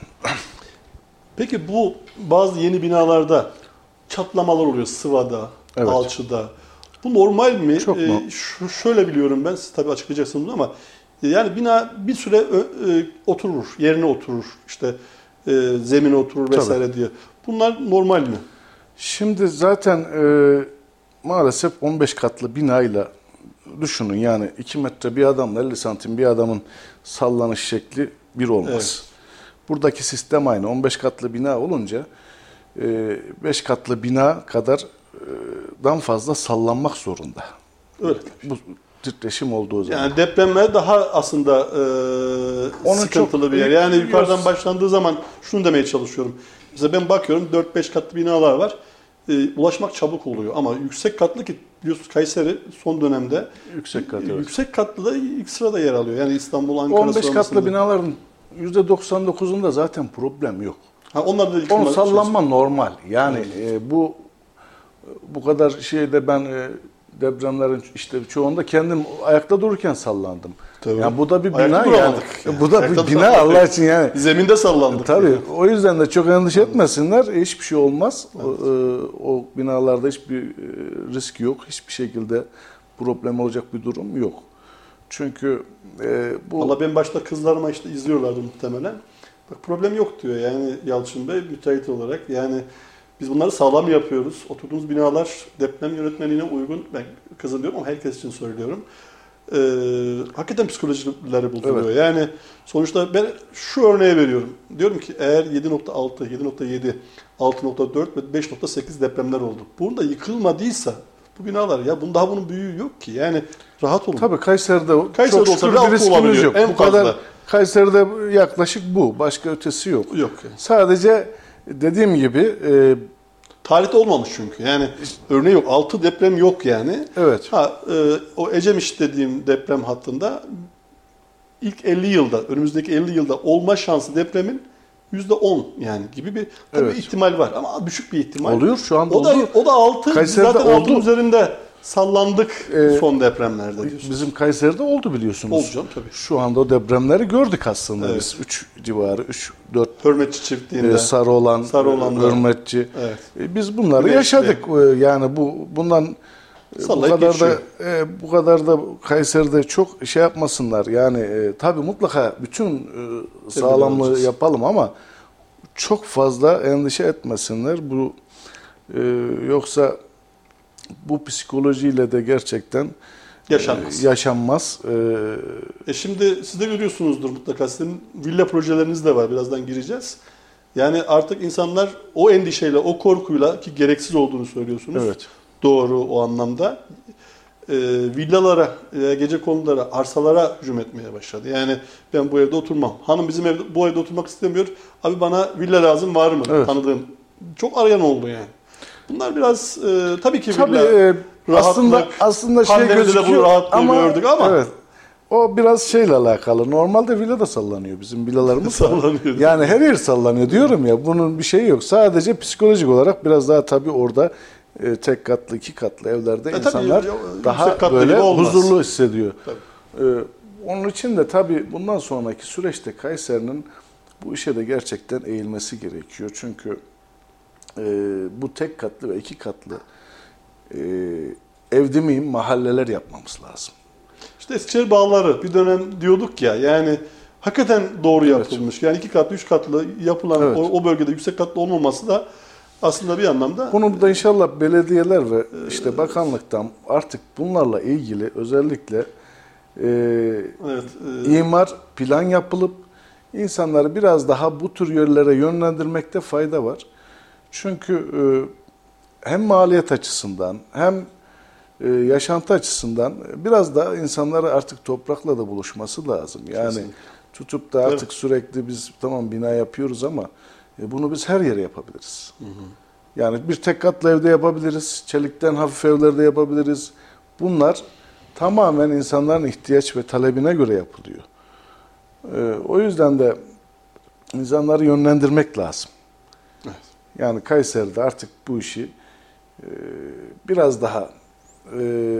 B: Peki bu bazı yeni binalarda çatlamalar oluyor sıvada, evet. alçıda. Bu normal mi?
C: Çok
B: ee,
C: mu?
B: Şu, şöyle biliyorum ben, siz tabii açıklayacaksınız ama yani bina bir süre e, oturur, yerine oturur, işte e, zemine oturur vesaire tabii. diye. Bunlar normal mi?
C: Şimdi zaten e, maalesef on beş katlı binayla düşünün yani iki metre bir adamla elli santim bir adamın sallanış şekli bir olmaz. Evet. Buradaki sistem aynı. on beş katlı bina olunca beş katlı bina kadar dan fazla sallanmak zorunda.
B: Öyle.
C: Bu titreşim olduğu zaman.
B: Yani depremler daha aslında e,
C: Onun
B: sıkıntılı
C: çok,
B: bir yer. Yani yukarıdan
C: yok.
B: başlandığı zaman şunu demeye çalışıyorum. Mesela ben bakıyorum dört beş katlı binalar var. E, ulaşmak çabuk oluyor ama yüksek katlı ki biliyorsunuz Kayseri son dönemde
C: Yüksek katlı.
B: e,
C: Evet.
B: yüksek katlı da ilk sırada yer alıyor. Yani İstanbul, Ankara
C: on beş
B: sonrasında.
C: katlı binaların yüzde doksan dokuzunda zaten problem yok.
B: Ha, onlar da
C: Onun sallanma normal. Yani e, bu bu kadar şeyde ben e, depremlerin işte çoğunda kendim ayakta dururken sallandım.
B: Tabii.
C: Yani bu da bir
B: Ayakta
C: bina yani.
B: duramadık.
C: Bu da
B: Ayakta
C: bir bina
B: duramadık.
C: Allah için yani.
B: Zeminde sallandık.
C: Tabii. O yüzden de çok endişe etmesinler. Hiçbir şey olmaz. Evet. O, o binalarda hiçbir risk yok. Hiçbir şekilde problem olacak bir durum yok. Çünkü e, bu...
B: Valla ben başta kızlarıma işte izliyorlardı muhtemelen. Bak problem yok diyor yani Yalçın Bey müteahhit olarak. Yani biz bunları sağlam yapıyoruz. Oturduğumuz binalar deprem yönetmeliğine uygun. Ben kızım diyorum ama herkes için söylüyorum. Ee, hakikaten psikolojileri bozuluyor.
C: Evet.
B: Yani sonuçta ben şu örneği veriyorum. Diyorum ki eğer yedi nokta altı, yedi nokta yedi, altı nokta dört ve beş nokta sekiz depremler oldu. Burada yıkılmadıysa bu binalar ya bunun daha bunun büyüğü yok ki. Yani rahat olun.
C: Tabii Kayseri'de,
B: Kayseri'de
C: çok
B: olsa
C: şükür
B: bir
C: bir riskimiz
B: olabiliyor,
C: yok.
B: en
C: Bu kadar
B: fazla.
C: Kayseri'de yaklaşık bu. Başka ötesi yok.
B: Yok. Yani.
C: Sadece dediğim gibi e,
B: Tarihte olmamış çünkü. Yani örneği yok. altı deprem yok yani.
C: evet.
B: Ha, e, o Ecemiş dediğim deprem hattında ilk elli yılda, önümüzdeki elli yılda olma şansı depremin yüzde on yani gibi bir tabii
C: Evet.
B: ihtimal var ama düşük bir ihtimal.
C: Oluyor şu anda
B: O da
C: oldu.
B: o da altı.
C: Kayseri'de
B: Zaten altı
C: oldu.
B: üzerinde sallandık
C: Ee,
B: son depremlerde diyorsunuz.
C: Bizim Kayseri'de oldu biliyorsunuz.
B: Oldu canım tabii.
C: Şu anda o depremleri gördük aslında
B: Evet.
C: biz. üç civarı, üç dört
B: Hürmetçi çiftliğinde.
C: e, Sarıoğlan,
B: Sarıoğlan'da.
C: Hürmetçi.
B: Evet.
C: E, biz bunları
B: Güneşli.
C: yaşadık. E, yani bu bundan e, bu
B: Sallayıp
C: kadar da
B: geçiyor.
C: e, bu kadar da Kayseri'de çok şey yapmasınlar. Yani e, tabii mutlaka bütün e, sağlamlığı
B: alacağız.
C: yapalım ama çok fazla endişe etmesinler. Bu e, yoksa bu psikolojiyle de gerçekten
B: Yaşanmaz.
C: e, yaşanmaz. E,
B: E şimdi siz de görüyorsunuzdur mutlaka. Sizin villa projeleriniz de var. Birazdan gireceğiz. Yani artık insanlar o endişeyle, o korkuyla ki gereksiz olduğunu söylüyorsunuz.
C: evet.
B: Doğru o anlamda. E, villalara, e, gecekondulara, arsalara hücum etmeye başladı. Yani ben bu evde oturmam. Hanım bizim evde bu evde oturmak istemiyor. Abi bana villa lazım var mı?
C: Evet.
B: Tanıdığım. Çok arayan oldu yani. Bunlar biraz e, tabii ki
C: Tabii
B: villa
C: e, aslında
B: rahatlık,
C: aslında şey
B: pandemide de bu
C: gözüküyor
B: rahatlığı
C: ama
B: gördük ama-
C: evet. O biraz şeyle alakalı. Normalde villa da sallanıyor bizim villalarımız.
B: Sallanıyor.
C: Yani her yer sallanıyor diyorum ya. Bunun bir şeyi yok. Sadece psikolojik olarak biraz daha tabii orada e, tek katlı, iki katlı evlerde
B: E, tabii,
C: insanlar
B: ya,
C: daha
B: yüksek katlı
C: böyle
B: gibi olmaz.
C: huzurlu hissediyor.
B: Tabii.
C: E, onun için de tabii bundan sonraki süreçte Kayseri'nin bu işe de gerçekten eğilmesi gerekiyor. Çünkü e, bu tek katlı ve iki katlı e, ev demeyeyim mahalleler yapmamız lazım.
B: İşte Eskişehir bağları bir dönem diyorduk ya yani hakikaten doğru
C: Evet.
B: yapılmış. Yani iki katlı, üç katlı yapılan
C: Evet.
B: o, o bölgede yüksek katlı olmaması da aslında bir anlamda
C: Bunu da inşallah belediyeler ve işte bakanlıktan artık bunlarla ilgili özellikle e,
B: evet, e,
C: imar plan yapılıp insanları biraz daha bu tür yerlere yönlendirmekte fayda var. Çünkü e, hem maliyet açısından hem e, yaşantı açısından biraz daha insanları artık toprakla da buluşması lazım. Yani
B: Kesinlikle.
C: tutup da artık
B: Evet.
C: sürekli biz tamam bina yapıyoruz ama e, bunu biz her yere yapabiliriz. Hı hı. Yani bir tek katlı evde yapabiliriz, çelikten hafif evlerde yapabiliriz. Bunlar tamamen insanların ihtiyaç ve talebine göre yapılıyor. Ee, o yüzden de insanları yönlendirmek lazım.
B: Evet.
C: Yani Kayseri'de artık bu işi e, biraz daha e,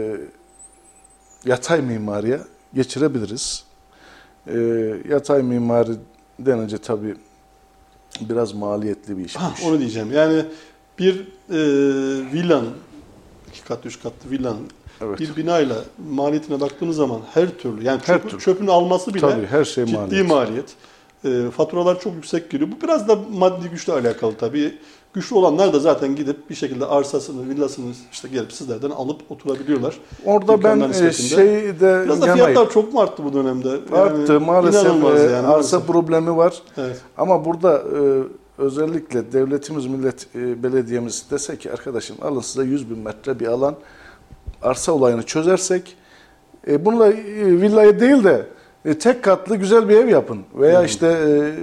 C: yatay mimariye geçirebiliriz. E, yatay mimari denince tabii biraz maliyetli bir iş.
B: ha, onu diyeceğim. Yani bir e, villanın, iki katlı, üç katlı villanın
C: Evet.
B: bir binayla maliyetine baktığınız zaman her türlü yani
C: Her
B: çöpü,
C: türlü.
B: çöpünü alması bile
C: Tabii her şey
B: ciddi
C: maliyet.
B: maliyet. E, faturalar çok yüksek geliyor. Bu biraz da maddi güçle alakalı tabii. Güçlü olanlar da zaten gidip bir şekilde arsasını, villasını işte gelip sizlerden alıp oturabiliyorlar.
C: Orada ben
B: Dükkanlar
C: e,
B: nispetinde.
C: şeyde
B: Biraz da
C: yanayım.
B: fiyatlar çok mu arttı bu dönemde? Yani
C: Arttı maalesef
B: inanılmaz
C: e,
B: yani,
C: arsa
B: maalesef.
C: problemi var.
B: Evet.
C: Ama burada e, özellikle devletimiz, millet e, belediyemiz dese ki arkadaşım alın size yüz bin metre bir alan, arsa olayını çözersek e, bununla e, villaya değil de e, tek katlı güzel bir ev yapın veya hmm. işte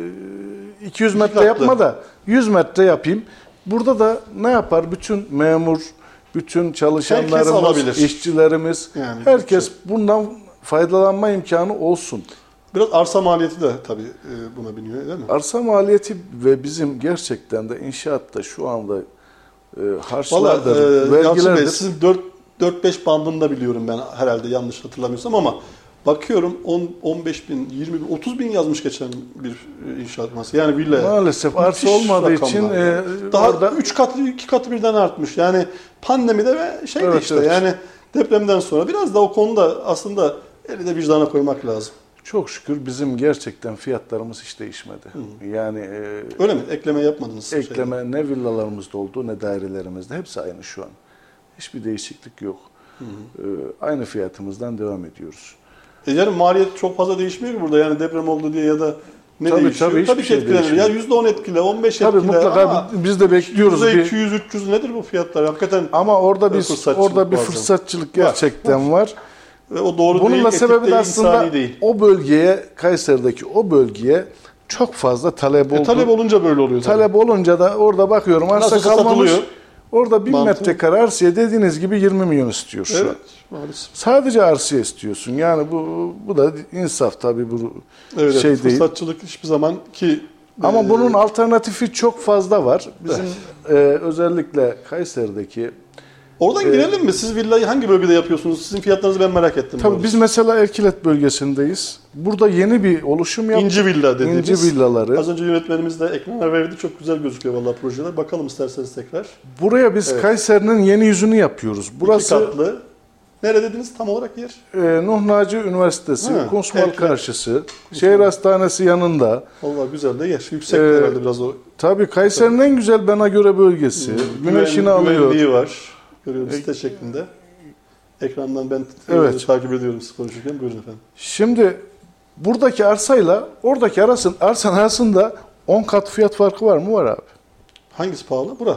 C: e, iki yüz metre yapma da yüz metre yapayım. Burada da ne yapar? Bütün memur, bütün çalışanlarımız, işçilerimiz, yani herkes şey. bundan faydalanma imkanı olsun.
B: Biraz arsa maliyeti de tabii buna biniyor değil mi?
C: Arsa maliyeti ve bizim gerçekten de inşaatta şu anda e, harçlardır,
B: e, vergilerdir. Sizin dört beş bandında biliyorum ben herhalde yanlış hatırlamıyorsam ama bakıyorum on on beş bin, yirmi bin, otuz bin yazmış geçen bir inşaat masası. Yani villa.
C: Maalesef arsa olmadığı için e,
B: daha
C: orada
B: üç katı iki katı birden artmış. Yani pandemide ve şeyde evet, işte evet. yani depremden sonra biraz da o konuda aslında eli de vicdana koymak lazım.
C: Çok şükür bizim gerçekten fiyatlarımız hiç değişmedi. Hı. Yani e,
B: öyle mi? Ekleme yapmadınız?
C: Ekleme şeyde. Ne villalarımızda oldu ne dairelerimizde. Hepsi aynı şu an. Hiçbir değişiklik yok. Hı hı. E, aynı fiyatımızdan devam ediyoruz.
B: E yani maliyet çok fazla değişmiyor ki burada. Yani deprem oldu diye ya da ne tabii, değişiyor? Tabii, tabii ki şey etkilenir. Ya yüzde on etkile, on beş
C: tabii
B: etkile.
C: Mutlaka ama biz de bekliyoruz.
B: yüzde iki yüz üç yüz nedir bu fiyatlar? Hakikaten
C: ama orada biz orada bir fırsatçılık gerçekten var. var.
B: Ve o doğru
C: Bununla
B: değil,
C: sebebi de aslında
B: değil.
C: O bölgeye, Kayseri'deki o bölgeye çok fazla talep oldu.
B: E, talep olunca böyle oluyor.
C: Talep tabii. olunca da orada bakıyorum arsa kalmamış. Satılıyor? Orada bin metrekare arsaya dediğiniz gibi yirmi milyon istiyor şu
B: evet,
C: an.
B: Maalesef.
C: Sadece arsaya istiyorsun. Yani bu bu da insaf tabii bu
B: evet,
C: şey
B: evet,
C: değil.
B: Fırsatçılık hiçbir zaman ki
C: ama e, bunun alternatifi çok fazla var. Bizim evet. e, özellikle Kayseri'deki
B: oradan girelim ee, mi? Siz villayı hangi bölgede yapıyorsunuz? Sizin fiyatlarınızı ben merak ettim.
C: Tabii doğrusu. Biz mesela Erkilet bölgesindeyiz. Burada yeni bir oluşum yaptık.
B: İnci villa dediğimiz.
C: İnci villaları.
B: Az önce yönetmenimiz de ekranlar verdi. Çok güzel gözüküyor vallahi projeler. Bakalım isterseniz tekrar.
C: Buraya biz evet. Kayseri'nin yeni yüzünü yapıyoruz. Burası
B: İki katlı. Nerede dediniz tam olarak yer?
C: E, Nuh Naci Üniversitesi, ha, Kunstmal karşısı, şehir hastanesi yanında.
B: Vallahi güzel de yer. Yüksek ee, herhalde biraz o.
C: Tabii Kayseri'nin en güzel bana göre bölgesi. Hmm. Güneşini Güven, alıyor.
B: Güvenliği var. Görüyoruz site şeklinde. Ekrandan ben evet. takip ediyorum siz konuşurken. Buyurun efendim.
C: Şimdi buradaki arsayla oradaki arasın, arsanın arasında on kat fiyat farkı var mı? Var abi.
B: Hangisi pahalı? Bura.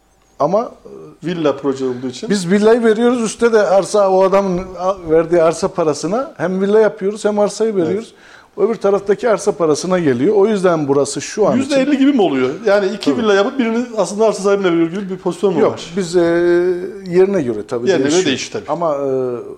C: Ama
B: villa proje olduğu için.
C: Biz villayı veriyoruz. Üstte de arsa o adamın verdiği arsa parasına hem villa yapıyoruz hem arsayı veriyoruz. Evet. Öbür taraftaki arsa parasına geliyor. O yüzden burası şu an
B: yüzde elli için gibi mi oluyor? Yani iki tabii. villa yapıp birini aslında arsa sahibine veriyor gibi bir pozisyon mu
C: Yok,
B: var?
C: Yok. Biz e, yerine göre tabii
B: yerine
C: değişiyor.
B: değişir tabii.
C: Ama e,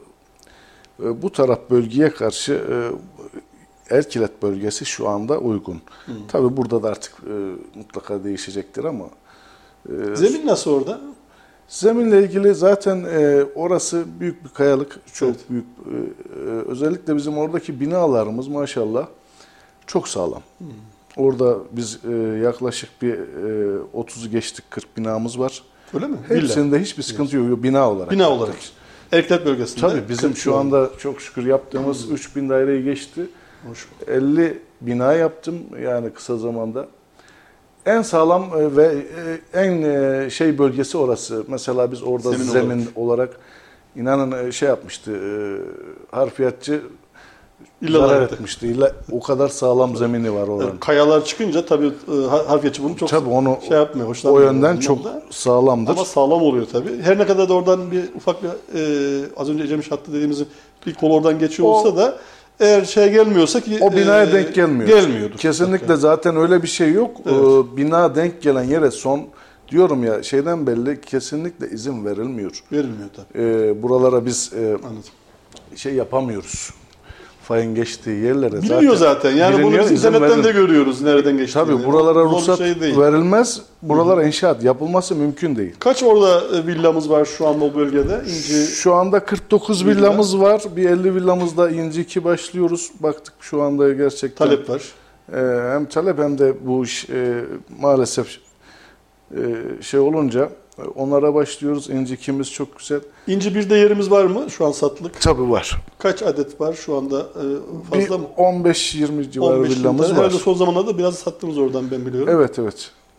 C: e, bu taraf bölgeye karşı e, Erkilet bölgesi şu anda uygun. Hmm. Tabii burada da artık e, mutlaka değişecektir ama.
B: E, Zemin nasıl orada?
C: Zeminle ilgili zaten e, orası büyük bir kayalık, çok evet. büyük. E, özellikle bizim oradaki binalarımız maşallah çok sağlam. Hmm. Orada biz e, yaklaşık bir e, otuzu geçtik, kırk binamız var.
B: Öyle mi?
C: Hepsinde Villa. Hiçbir sıkıntı yok, yok bina olarak.
B: Bina olarak. Erkilet bölgesinde.
C: Tabii bizim şu anda çok şükür yaptığımız hmm. üç bin daireyi geçti. Hoş. elli bina yaptım yani kısa zamanda. En sağlam ve en şey bölgesi orası. Mesela biz orada zemin, zemin olarak. olarak inanın şey yapmıştı. Harfiyatçı
B: İlla
C: zarar etmişti. İlla, o kadar sağlam zemini var oranın.
B: Kayalar çıkınca tabii harfiyatçı bunu çok
C: tabii onu,
B: şey yapmıyor.
C: O yönden çok da sağlamdır.
B: Ama sağlam oluyor tabii. Her ne kadar da oradan bir ufak bir e, az önce Ecemiş hattı dediğimiz bir kol oradan geçiyor o, olsa da eğer şey gelmiyorsa ki
C: o binaya e, denk gelmiyor.
B: Gelmiyordur.
C: Kesinlikle yani. Zaten öyle bir şey yok. Evet. Ee, bina denk gelen yere son diyorum ya şeyden belli kesinlikle izin verilmiyor.
B: Verilmiyor tabii.
C: Ee, buralara biz e, şey yapamıyoruz. Fayın geçtiği yerlere
B: biliniyor zaten. zaten. Yani bunu biz internetten verin. de görüyoruz nereden geçtiğini.
C: Tabii buralara ruhsat şey verilmez. Buralara inşaat yapılması mümkün değil.
B: Kaç orada villamız var şu anda o bölgede? İnci
C: şu anda kırk dokuz villa. villamız var. Bir elli villamızda İnci iki başlıyoruz. Baktık şu anda gerçekten
B: talep var.
C: E, hem talep hem de bu iş e, maalesef e, şey olunca onlara başlıyoruz. İnci ikimiz çok güzel.
B: İnci birde yerimiz var mı şu an satılık?
C: Tabii var.
B: Kaç adet var şu anda? Fazla
C: bir
B: mı?
C: on beş yirmi civarı villamız var.
B: Herhalde son zamanlarda biraz sattınız oradan ben biliyorum.
C: Evet evet.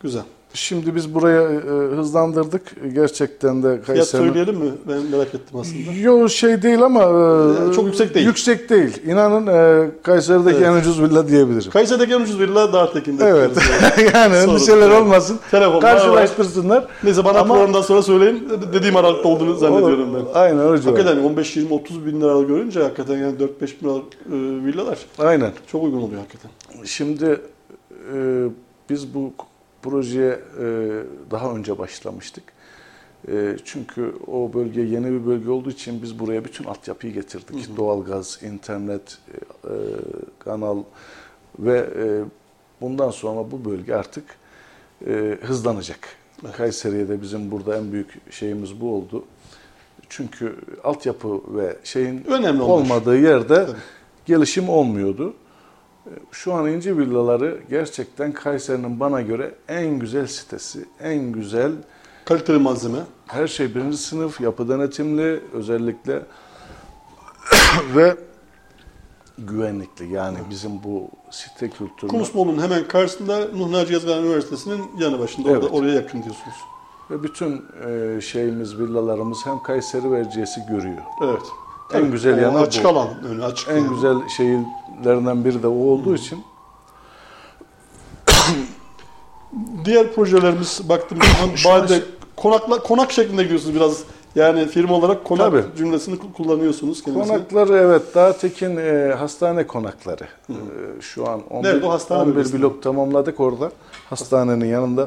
B: Güzel.
C: Şimdi biz buraya e, hızlandırdık. Gerçekten de
B: Fiyat
C: Kayseri'nin...
B: söyleyelim mi? Ben merak ettim aslında.
C: Yo şey değil ama... E,
B: çok yüksek değil.
C: Yüksek değil. İnanın e, Kayseri'deki
B: Evet.
C: en ucuz villa diyebilirim.
B: Kayseri'deki en ucuz villa Dağtekin'de.
C: Evet. Yani endişeler olmasın.
B: Telefonlar
C: Karşılaştırsınlar.
B: Neyse bana
C: Ama...
B: programdan sonra söyleyin. Dediğim aralıkta olduğunu zannediyorum ben.
C: Aynen öyle.
B: Hakikaten on beş yirmi otuz bin lira görünce hakikaten yani dört beş bin lira e, villalar.
C: Aynen.
B: Çok uygun oluyor hakikaten.
C: Şimdi e, biz bu projeye e, daha önce başlamıştık. E, çünkü o bölge yeni bir bölge olduğu için biz buraya bütün altyapıyı getirdik. Hı hı. Doğalgaz, internet, e, kanal ve e, bundan sonra bu bölge artık e, hızlanacak. Evet. Kayseri'ye de bizim burada en büyük şeyimiz bu oldu. Çünkü altyapı ve şeyin önemli olmadığı yerde tabii gelişim olmuyordu. Şu an İnci Villaları gerçekten Kayseri'nin bana göre en güzel sitesi, en güzel...
B: Kaliteli malzeme.
C: Her şey birinci sınıf, yapı denetimli özellikle ve güvenlikli. Yani bizim bu site kültürü...
B: Kumusmoğlu'nun hemen karşısında Nuh Naci Yazgan Üniversitesi'nin yanı başında. Evet. Orada, oraya yakın diyorsunuz.
C: Ve bütün e, şeyimiz, villalarımız hem Kayseri ve Erciyes'i görüyor.
B: Evet.
C: En Tabii, güzel yanı
B: açık
C: bu.
B: Alan, önü açık
C: en yani. Güzel şehirlerinden biri de o olduğu hmm. için.
B: Diğer projelerimiz baktığımız zaman Bade, konakla, konak şeklinde gidiyorsunuz biraz. Yani firma olarak konak Tabii. cümlesini kullanıyorsunuz kendisine.
C: Konakları evet, Dağtekin e, hastane konakları. E, şu an on bir, Nerede, o hastane on bir blok tamamladık orada. Hastanenin yanında.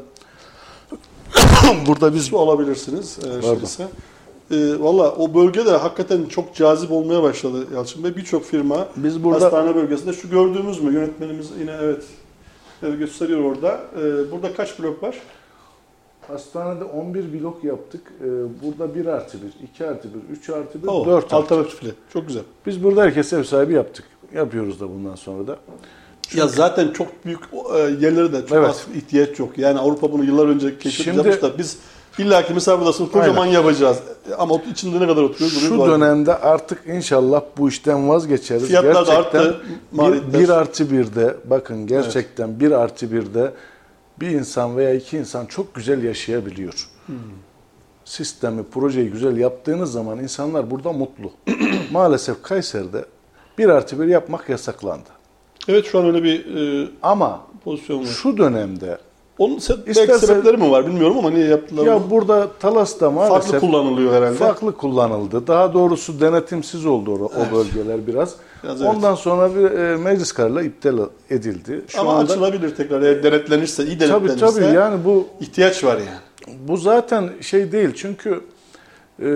C: Burada biz...
B: Su alabilirsiniz. E, şeyse. E, Valla o bölgede hakikaten çok cazip olmaya başladı Yalçın Bey. Birçok firma Biz burada... hastane bölgesinde. Şu gördüğümüz mü? Yönetmenimiz yine evet, evet gösteriyor orada. E, burada kaç blok var?
C: Hastanede on bir blok yaptık. E, burada bir artı bir, iki artı bir, üç artı bir,
B: Oo,
C: dört artı
B: alternatifli. Çok güzel.
C: Biz burada herkes ev sahibi yaptık. Yapıyoruz da bundan sonra da.
B: Çünkü... Ya zaten çok büyük yerlere de çok evet. az ihtiyaç yok. Yani Avrupa bunu yıllar önce keşfetmiş da biz illaki misafir odasını kocaman Aynen. yapacağız. Ama içinde ne kadar oturuyoruz?
C: Şu dönemde artık inşallah bu işten vazgeçeriz.
B: Fiyatlar gerçekten da arttı.
C: Bir, bir artı birde bakın gerçekten evet. bir artı birde bir insan veya iki insan çok güzel yaşayabiliyor. Hmm. Sistemi, projeyi güzel yaptığınız zaman insanlar burada mutlu. Maalesef Kayseri'de bir artı bir yapmak yasaklandı.
B: Evet şu an öyle bir e,
C: ama
B: pozisyon var.
C: Şu dönemde
B: onun se- belki sebepleri mi var bilmiyorum ama niye yaptılar?
C: Ya
B: mı?
C: burada Talas'ta maalesef
B: farklı kullanılıyor herhalde.
C: Farklı kullanıldı. Daha doğrusu denetimsiz oldu o, evet. o bölgeler biraz. biraz evet. Ondan sonra bir e, meclis kararıyla iptal edildi. Şu
B: ama
C: anda,
B: açılabilir tekrar eğer denetlenirse, iyi denetlenirse.
C: Tabii tabii yani bu
B: ihtiyaç var yani.
C: Bu zaten şey değil çünkü e,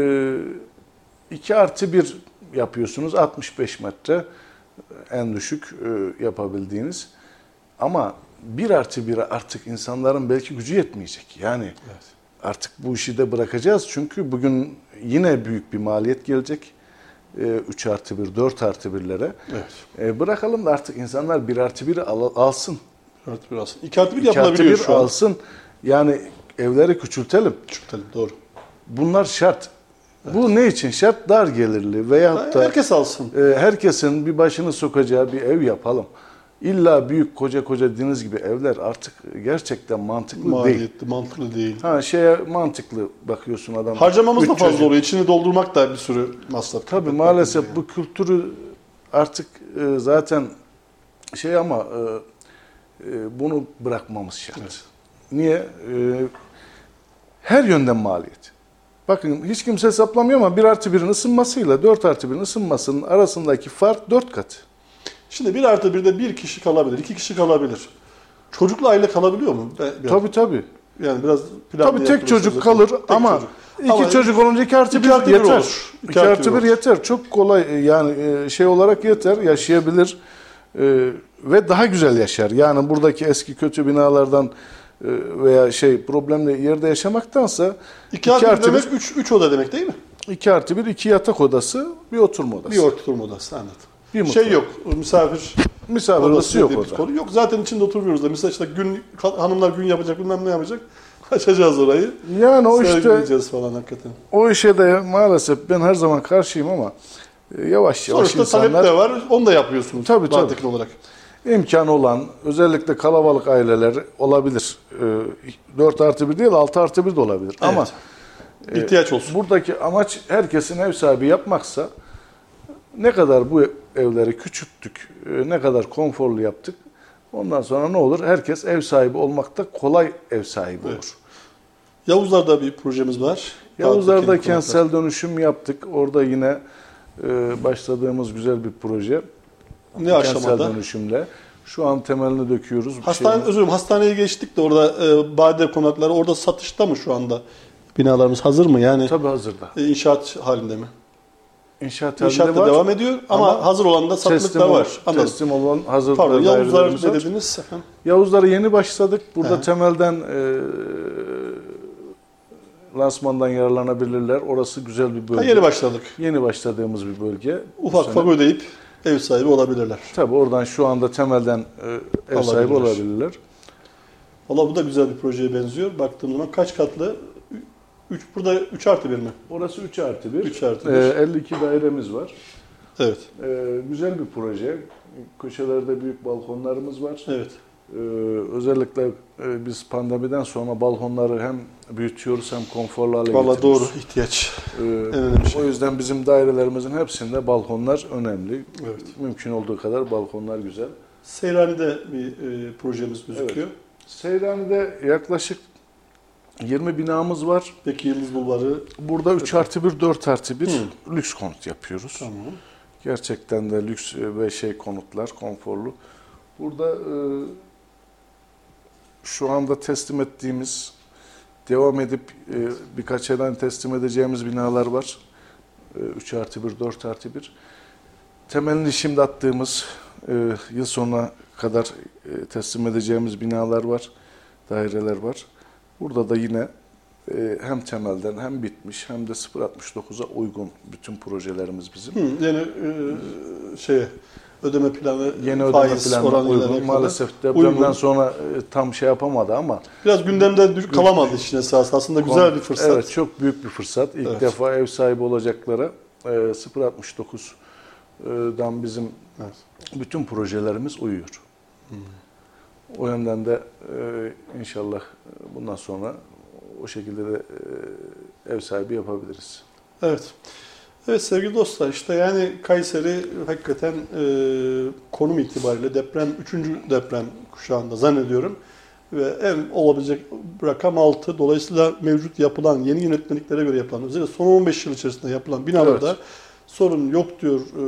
C: iki artı bir yapıyorsunuz altmış beş metre en düşük e, yapabildiğiniz ama bir artı bire artık insanların belki gücü yetmeyecek. Yani evet. artık bu işi de bırakacağız. Çünkü bugün yine büyük bir maliyet gelecek. üç artı bir, dört artı birlere. Evet. Bırakalım da artık insanlar bir artı biri al, alsın.
B: bir artı bir alsın. iki artı bir yapılabiliyor şu an.
C: alsın. Yani evleri küçültelim.
B: Küçültelim, doğru.
C: Bunlar şart. Evet. Bu ne için şart? Dar gelirli veyahut da
B: herkes alsın.
C: Herkesin bir başını sokacağı bir ev yapalım. İlla büyük koca koca deniz gibi evler artık gerçekten mantıklı
B: Maliyetli,
C: değil.
B: mantıklı değil.
C: Ha şeye mantıklı bakıyorsun adam.
B: Harcamamız da fazla çocuk. oluyor. İçini doldurmak da bir sürü masraf.
C: Tabii maalesef yani. Bu kültürü artık e, zaten şey ama e, e, bunu bırakmamız şart. Evet. Niye? E, her yönden maliyet. Bakın hiç kimse hesaplamıyor ama bir artı birin ısınmasıyla dört artı birin ısınmasının arasındaki fark dört kat.
B: Şimdi bir artı birde bir kişi kalabilir, iki kişi kalabilir. Çocuklu aile kalabiliyor mu?
C: Biraz, tabii tabii.
B: Yani biraz
C: tabii tek çocuk kalır tek ama çocuk. iki ama çocuk olunca iki artı bir yeter. Olur. İki, iki artı bir yeter. Çok kolay yani şey olarak yeter, yaşayabilir ve daha güzel yaşar. Yani buradaki eski kötü binalardan veya şey problemli yerde yaşamaktansa
B: iki artı bir demek üç, üç oda demek değil mi?
C: iki artı bir, iki yatak odası, bir oturma odası.
B: Bir oturma odası anladım. Bir şey yok, misafir
C: misafir odası yok orada.
B: Konu yok. Zaten içinde oturmuyoruz da. Mesela işte gün hanımlar gün yapacak, bilmem ne yapacak. Açacağız orayı.
C: Yani o işte
B: falan hakikaten.
C: O işe de maalesef ben her zaman karşıyım ama yavaş yavaş
B: sonuçta
C: insanlar.
B: Sonuçta talep de var. Onu da yapıyorsunuz.
C: Tabii tabii.
B: Olarak.
C: imkanı olan, özellikle kalabalık aileler olabilir. dört artı bir değil, altı artı bir de olabilir.
B: Evet.
C: Ama
B: ihtiyaç olsun.
C: Buradaki amaç herkesin ev sahibi yapmaksa ne kadar bu evleri küçülttük, ne kadar konforlu yaptık. Ondan sonra ne olur? Herkes ev sahibi olmakta kolay ev sahibi olur.
B: Evet. Yavuzlar'da bir projemiz var.
C: Yavuzlar'da kentsel dönüşüm yaptık. Orada yine e, başladığımız güzel bir proje.
B: Ne aşamada?
C: Kentsel dönüşümle. Şu an temelini döküyoruz.
B: Hastane,
C: şeyin...
B: özür dilerim, hastaneye geçtik de orada e, Bade konakları orada satışta mı şu anda? Binalarımız hazır mı? Yani
C: Tabii hazırda.
B: E, inşaat halinde mi?
C: İnşaat
B: İnşaat da
C: var.
B: devam ediyor ama, ama hazır olan da satılık da var.
C: Ol, teslim olan hazır
B: Pardon, Yavuzlar ne
C: var.
B: dediniz?
C: Yavuzlar'a yeni başladık. Burada
B: He.
C: temelden e, lansmandan yararlanabilirler. Orası güzel bir bölge.
B: Ha, yeni başladık.
C: Yeni başladığımız bir bölge.
B: Ufak ufak ödeyip ev sahibi olabilirler.
C: Tabii oradan şu anda temelden e, ev sahibi olabilirler.
B: Valla bu da güzel bir projeye benziyor. Baktığım zaman kaç katlı? üç, burada üç artı bir mi?
C: Orası üç artı bir.
B: üç artı bir.
C: E, elli iki dairemiz var.
B: Evet.
C: E, güzel bir proje. Köşelerde büyük balkonlarımız var.
B: Evet.
C: Ee, özellikle e, biz pandemiden sonra balkonları hem büyütüyoruz hem konforlu hale getiriyoruz.
B: Valla doğru, ihtiyaç.
C: Ee,
B: önemli şey.
C: O yüzden bizim dairelerimizin hepsinde balkonlar önemli.
B: Evet.
C: Mümkün olduğu kadar balkonlar güzel.
B: Seyrani'de bir e, projemiz gözüküyor.
C: Evet. Seyrani'de yaklaşık yirmi binamız var.
B: Peki Yıldız Bulvarı?
C: Burada üç artı bir, dört artı bir hmm. lüks konut yapıyoruz.
B: Tamam.
C: Gerçekten de lüks ve şey konutlar, konforlu. Burada e, şu anda teslim ettiğimiz, devam edip e, birkaç aydan teslim edeceğimiz binalar var. E, üç artı bir, dört artı bir. Temelini şimdi attığımız, e, yıl sonuna kadar e, teslim edeceğimiz binalar var, daireler var. Burada da yine e, hem temelden hem bitmiş hem de sıfır altmış dokuza uygun bütün projelerimiz bizim.
B: Hı, yani e, şey ödeme planı,
C: yeni ödeme
B: faiz
C: planına
B: oranıyla
C: uygun. Maalesef depremden uygun. sonra e, tam şey yapamadı ama
B: biraz gündemde kalamadı işin esası. Aslında güzel bir fırsat.
C: Evet, çok büyük bir fırsat. İlk evet. defa ev sahibi olacaklara e, sıfır altmış dokuzdan bizim evet. bütün projelerimiz uyuyor. Hmm. O yönden de e, inşallah bundan sonra o şekilde de e, ev sahibi yapabiliriz.
B: Evet. Evet sevgili dostlar, işte yani Kayseri hakikaten e, konum itibariyle deprem, üçüncü deprem kuşağında zannediyorum. Ve en olabilecek rakam altı. Dolayısıyla mevcut yapılan, yeni yönetmeliklere göre yapılan, özellikle son on beş yıl içerisinde yapılan binalarda evet. sorun yok diyor e,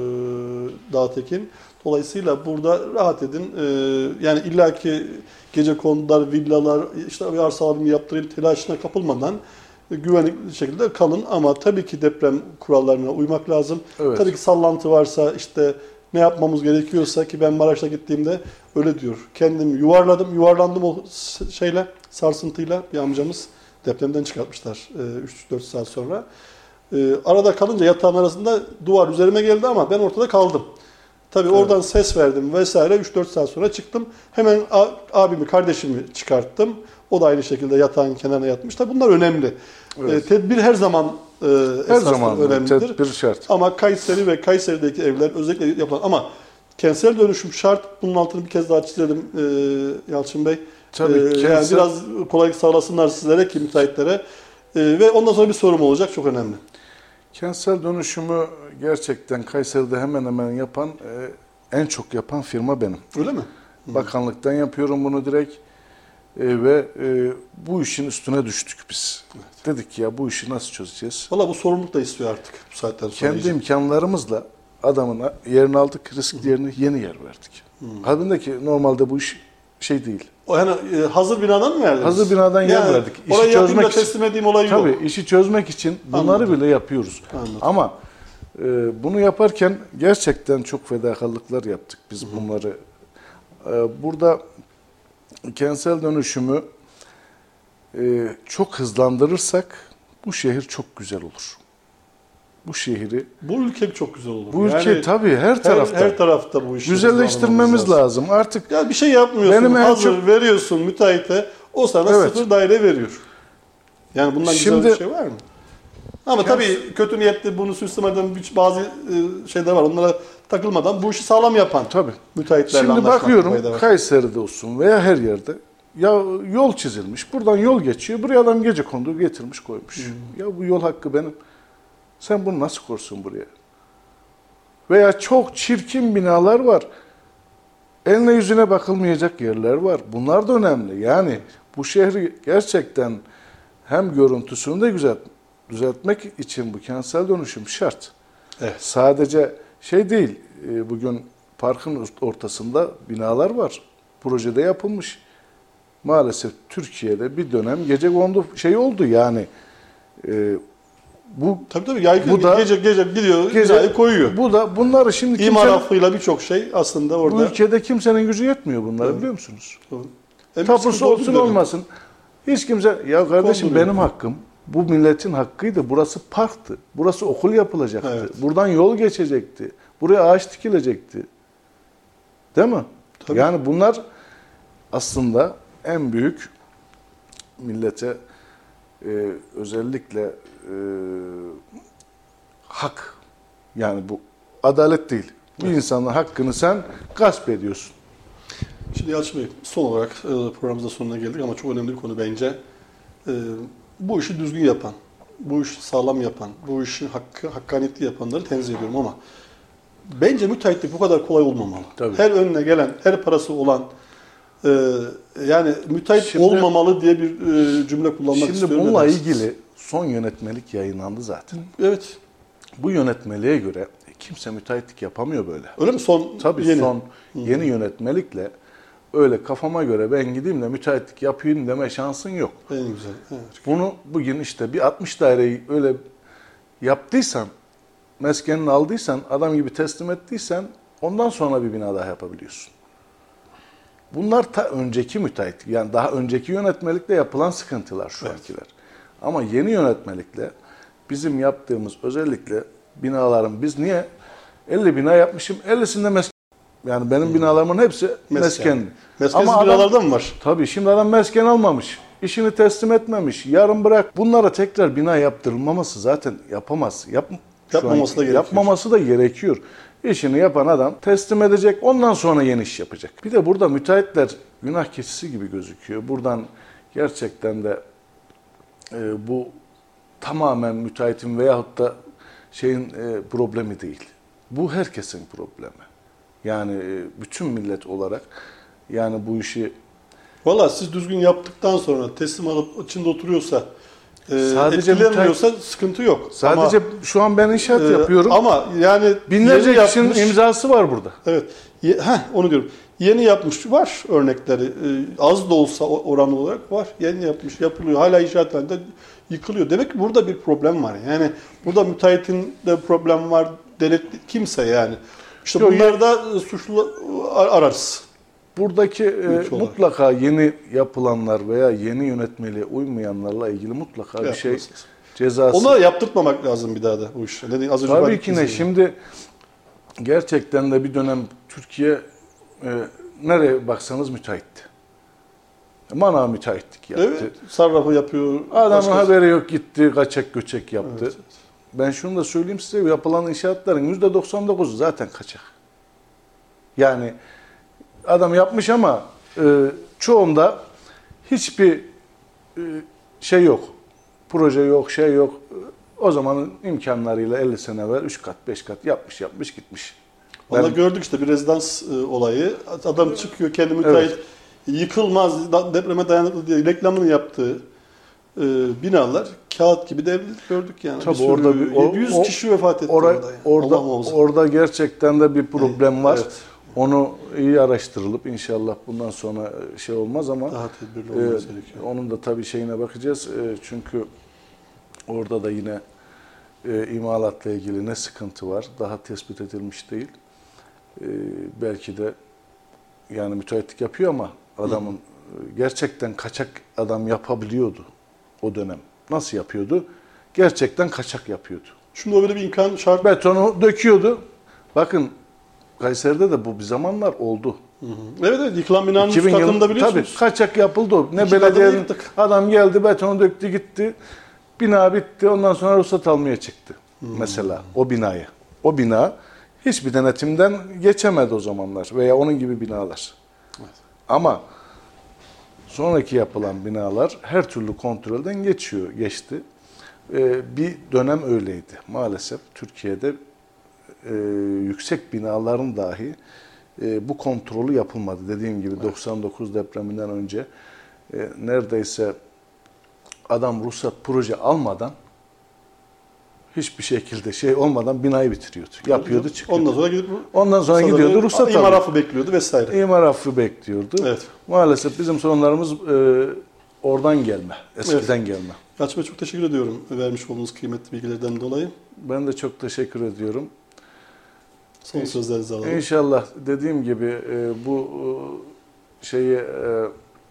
B: Dağtekin. Dolayısıyla burada rahat edin. E, yani illaki gecekondular, villalar, işte bir arsa alımı yaptırayım telaşına kapılmadan güvenlikli şekilde kalın ama tabii ki deprem kurallarına uymak lazım. Evet. Tabii ki sallantı varsa işte ne yapmamız gerekiyorsa ki ben Maraş'a gittiğimde öyle diyor. Kendim yuvarladım, yuvarlandım o şeyle, sarsıntıyla bir amcamız depremden çıkartmışlar üç dört saat sonra. Arada kalınca yatağın arasında duvar üzerime geldi ama ben ortada kaldım. Tabii evet. oradan ses verdim vesaire üç dört saat sonra çıktım. Hemen abimi, kardeşimi çıkarttım. O da aynı şekilde yatağın kenarına yatmış. Tabii bunlar önemli. Evet. Tedbir her zaman e,
C: her zaman
B: önemlidir.
C: Tedbir şart.
B: Ama Kayseri ve Kayseri'deki evler özellikle yapılan ama kentsel dönüşüm şart. Bunun altını bir kez daha çizelim e, Yalçın Bey.
C: Tabii.
B: E,
C: kentsel...
B: Yani biraz kolaylık sağlasınlar sizlere ki müteahhitlere. E, ve ondan sonra bir sorum olacak. Çok önemli.
C: Kentsel dönüşümü gerçekten Kayseri'de hemen hemen yapan, e, en çok yapan firma benim.
B: Öyle mi?
C: Bakanlıktan yapıyorum bunu direkt. E, ve e, bu işin üstüne düştük biz. Evet. Dedik ya bu işi nasıl çözeceğiz?
B: Valla bu sorumluluk da istiyor artık bu saatten sonra.
C: Kendi
B: diyeceğim.
C: imkanlarımızla adamın yerini aldık, risk yerini yeni yer verdik. Hmm. Halbuki normalde bu iş şey değil.
B: O yani e, hazır binadan mı verdiniz?
C: Hazır binadan yer
B: yani,
C: verdik.
B: İşi orayı yapayım da teslim edeyim olayı
C: tabii,
B: yok.
C: Tabii işi çözmek için bunları Anladım. bile yapıyoruz. Anladım. Ama e, bunu yaparken gerçekten çok fedakarlıklar yaptık biz Hı. bunları. E, burada kentsel dönüşümü e, çok hızlandırırsak bu şehir çok güzel olur. Bu şehri...
B: Bu ülke çok güzel olur.
C: Bu ülke yani tabii her tarafta.
B: Her, her tarafta bu işi
C: güzelleştirmemiz lazım. lazım. Artık
B: ya bir şey yapmıyorsun, benim hazır çok... veriyorsun müteahhite, o sana evet. sıfır daire veriyor. Yani bundan Şimdi, güzel bir şey var mı? Ama kent... tabii kötü niyetli bunu süslemeden bazı şeyler var. Onlara takılmadan bu işi sağlam yapan
C: Tabii.
B: müteahhitlerle
C: Şimdi
B: anlaşmak
C: bakıyorum Kayseri'de olsun veya her yerde ya yol çizilmiş. Buradan yol geçiyor. Buraya adam gecekondu getirmiş koymuş. Hmm. Ya bu yol hakkı benim. Sen bunu nasıl korsun buraya? Veya çok çirkin binalar var. Eline yüzüne bakılmayacak yerler var. Bunlar da önemli. Yani bu şehri gerçekten hem görüntüsünü de güzel düzeltmek için bu kentsel dönüşüm şart.
B: Evet.
C: Sadece şey değil, bugün parkın ortasında binalar var. Projede yapılmış. Maalesef Türkiye'de bir dönem gecekondu şey oldu yani. E, bu
B: tabii tabii yaygın
C: bu da,
B: gece gece gidiyor,
C: gece
B: binayı koyuyor.
C: Bu da bunları şimdi
B: İmar affıyla birçok şey aslında orada.
C: Bu ülkede kimsenin gücü yetmiyor bunlara evet. biliyor musunuz?
B: Evet.
C: Tapusu olsun olmasın. Hiç kimse ya kardeşim Konduruyor. benim hakkım. Bu milletin hakkıydı. Burası parktı. Burası okul yapılacaktı. Evet. Buradan yol geçecekti. Buraya ağaç dikilecekti. Değil mi? Tabii. Yani bunlar aslında en büyük millete e, özellikle e, hak. Yani bu adalet değil. Bir evet. insanın hakkını sen gasp ediyorsun.
B: Şimdi Yalçın Bey, son olarak e, programımızda sonuna geldik ama çok önemli bir konu bence. E, bu işi düzgün yapan, bu işi sağlam yapan, bu işi hakkı, hakkaniyetli yapanları tenzih ediyorum ama bence müteahhitlik bu kadar kolay olmamalı. Tabii. Her önüne gelen, her parası olan, e, yani müteahhit şimdi, olmamalı diye bir e, cümle kullanmak
C: şimdi
B: istiyorum.
C: Şimdi bununla ilgili son yönetmelik yayınlandı zaten.
B: Evet.
C: Bu yönetmeliğe göre kimse müteahhitlik yapamıyor böyle.
B: Öyle mi? Son
C: Tabii
B: yeni.
C: son yeni yönetmelikle öyle kafama göre ben gideyim de müteahhitlik yapayım deme şansın yok.
B: En güzel. Evet.
C: Bunu bugün işte bir altmış daireyi öyle yaptıysan, meskenini aldıysan, adam gibi teslim ettiysen ondan sonra bir bina daha yapabiliyorsun. Bunlar ta önceki müteahhitlik, yani daha önceki yönetmelikle yapılan sıkıntılar şu evet. ankiler. Ama yeni yönetmelikle bizim yaptığımız özellikle binaların biz niye elli bina yapmışım, ellisinde mesken. Yani benim hmm. binalarımın hepsi mesken. mesken.
B: Meskensiz binalarda mı var?
C: Tabii şimdi adam mesken almamış. İşini teslim etmemiş. Yarın bırak. Bunlara tekrar bina yaptırılmaması zaten yapamaz. Yap,
B: yapmaması da gerekiyor.
C: Yapmaması da gerekiyor. İşini yapan adam teslim edecek. Ondan sonra yeni iş yapacak. Bir de burada müteahhitler günah keçisi gibi gözüküyor. Buradan gerçekten de e, bu tamamen müteahhitin veyahut da şeyin e, problemi değil. Bu herkesin problemi. Yani bütün millet olarak yani bu işi...
B: Valla siz düzgün yaptıktan sonra teslim alıp içinde oturuyorsa,
C: sadece
B: etkilenmiyorsa müteahhit, sıkıntı yok.
C: Sadece ama, şu an ben inşaat e, yapıyorum.
B: Ama yani...
C: Binlerce kişinin yapmış, imzası var burada.
B: Evet. Heh, onu diyorum. Yeni yapmış var örnekleri. Ee, az da olsa oranlı olarak var. Yeni yapmış, yapılıyor. Hala inşaat halinde yıkılıyor. Demek ki burada bir problem var. Yani burada müteahhitin de problem var. Devlet kimse yani. İşte Yok, bunları da suçlu ararız.
C: Buradaki e, mutlaka yeni yapılanlar veya yeni yönetmeliğe uymayanlarla ilgili mutlaka bir şey cezası.
B: Onlara yaptırtmamak lazım bir daha da bu iş. Dediğin, az önce
C: Tabii ki ne. Şimdi gerçekten de bir dönem Türkiye e, nereye baksanız müteahhitti. Manav müteahhitlik yaptı.
B: Evet, sarrafı yapıyor.
C: Adamın başkası. Haberi yok, gitti kaçak göçek yaptı. Evet, evet. Ben şunu da söyleyeyim size, yapılan inşaatların yüzde doksan dokuzu zaten kaçak. Yani adam yapmış ama e, çoğunda hiçbir e, şey yok. Proje yok, şey yok. O zamanın imkanlarıyla elli sene evvel üç kat, beş kat yapmış, yapmış, gitmiş.
B: Valla ben... gördük işte bir rezidans e, olayı. Adam çıkıyor, kendi müteahhit evet. yıkılmaz, depreme dayanıklı diye reklamını yaptığı e, binalar kağıt gibi devrildik gördük yani.
C: Tabii
B: bir
C: orada bir,
B: yüz kişi vefat etti
C: orada.
B: Orada, yani.
C: orada, orada gerçekten de bir problem var. Evet. Onu iyi araştırılıp inşallah bundan sonra şey olmaz ama
B: daha tedbirli olması
C: e,
B: gerekiyor.
C: Onun da tabii şeyine bakacağız. E, çünkü orada da yine e, imalatla ilgili ne sıkıntı var daha tespit edilmiş değil. E, belki de yani müteahhitlik yapıyor ama adamın Hı. gerçekten kaçak adam yapabiliyordu o dönem. Nasıl yapıyordu? Gerçekten kaçak yapıyordu.
B: Şimdi öyle bir imkan şart.
C: Betonu döküyordu. Bakın Kayseri'de de bu bir zamanlar oldu.
B: Hı hı. Evet evet, yıkılan binanın üst katında biliyorsunuz.
C: Tabii kaçak yapıldı o. Ne belediyenin adam geldi betonu döktü gitti. Bina bitti ondan sonra ruhsat almaya çıktı. Hı. Mesela o binaya. O bina hiçbir denetimden geçemedi o zamanlar veya onun gibi binalar. Evet. Ama sonraki yapılan binalar her türlü kontrolden geçiyor, geçti. Ee, bir dönem öyleydi. Maalesef Türkiye'de e, yüksek binaların dahi e, bu kontrolü yapılmadı. Dediğim gibi evet. doksan dokuz depreminden önce e, neredeyse adam ruhsat proje almadan hiçbir şekilde şey olmadan binayı bitiriyordu. Yapıyordu, çıkıyordu.
B: Ondan sonra gidip
C: Ondan sonra gidiyordu, ruhsat alıyordu.
B: İmar affı bekliyordu vesaire.
C: İmar affı bekliyordu.
B: Evet.
C: Maalesef bizim sorunlarımız e, oradan gelme, eskiden evet. gelme.
B: Yalçın Bey çok teşekkür ediyorum vermiş olduğunuz kıymetli bilgilerden dolayı.
C: Ben de çok teşekkür ediyorum.
B: Son İnş- sözlerinizi alalım.
C: İnşallah dediğim gibi e, bu e, şeyi e,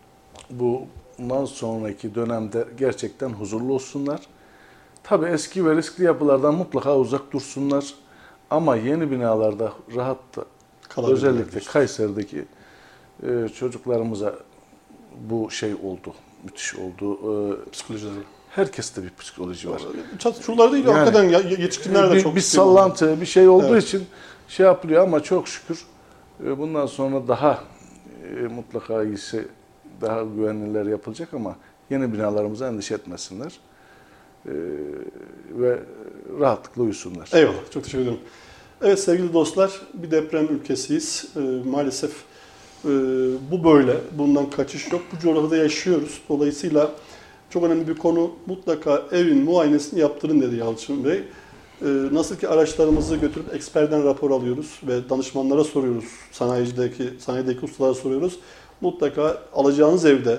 C: bu bundan sonraki dönemde gerçekten huzurlu olsunlar. Tabii eski ve riskli yapılardan mutlaka uzak dursunlar. Ama yeni binalarda rahat da, özellikle Kayseri'deki e, çocuklarımıza bu şey oldu, müthiş oldu. E,
B: Psikolojileri.
C: Herkeste bir psikoloji var.
B: Çocuklar değil, yani, hakikaten yetişkinler de
C: bir,
B: çok...
C: Bir sallantı, bir şey olduğu evet. için şey yapılıyor ama çok şükür e, bundan sonra daha e, mutlaka iyisi, daha güvenliler yapılacak ama yeni binalarımıza endişe etmesinler. Ee, ve rahatlıkla uyusunlar.
B: Eyvallah. Çok teşekkür ederim. Evet sevgili dostlar, bir deprem ülkesiyiz. Ee, maalesef e, bu böyle. Bundan kaçış yok. Bu coğrafyada yaşıyoruz. Dolayısıyla çok önemli bir konu. Mutlaka evin muayenesini yaptırın dedi Yalçın Bey. Ee, nasıl ki araçlarımızı götürüp eksperden rapor alıyoruz ve danışmanlara soruyoruz. Sanayicideki, sanayideki ustalara soruyoruz. Mutlaka alacağınız evde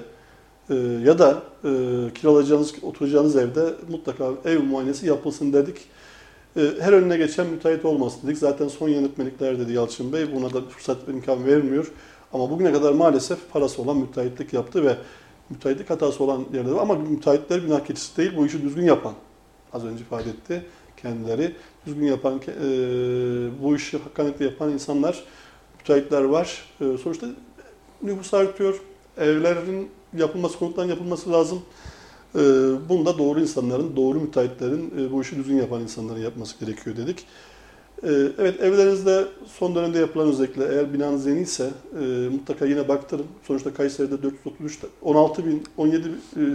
B: ya da e, kiralayacağınız, oturacağınız evde mutlaka ev muayenesi yapılsın dedik. E, her önüne geçen müteahhit olmasın dedik. Zaten son yönetmelikler dedi Yalçın Bey. Buna da fırsat imkan vermiyor. Ama bugüne kadar maalesef parası olan müteahhitlik yaptı ve müteahhitlik hatası olan yerler var. Ama müteahhitler günah keçisi değil, bu işi düzgün yapan. Az önce ifade etti kendileri. Düzgün yapan, e, bu işi hakkaniyetli yapan insanlar, müteahhitler var. E, sonuçta nüfus artıyor. Evlerin yapılması, konutların yapılması lazım. Ee, bunu da doğru insanların, doğru müteahhitlerin, e, bu işi düzgün yapan insanların yapması gerekiyor dedik. Ee, evet, evlerinizde son dönemde yapılan özellikle eğer binanız yeniyse e, mutlaka yine baktırın. Sonuçta Kayseri'de dört yüz otuz üç, on altı bin, on yedi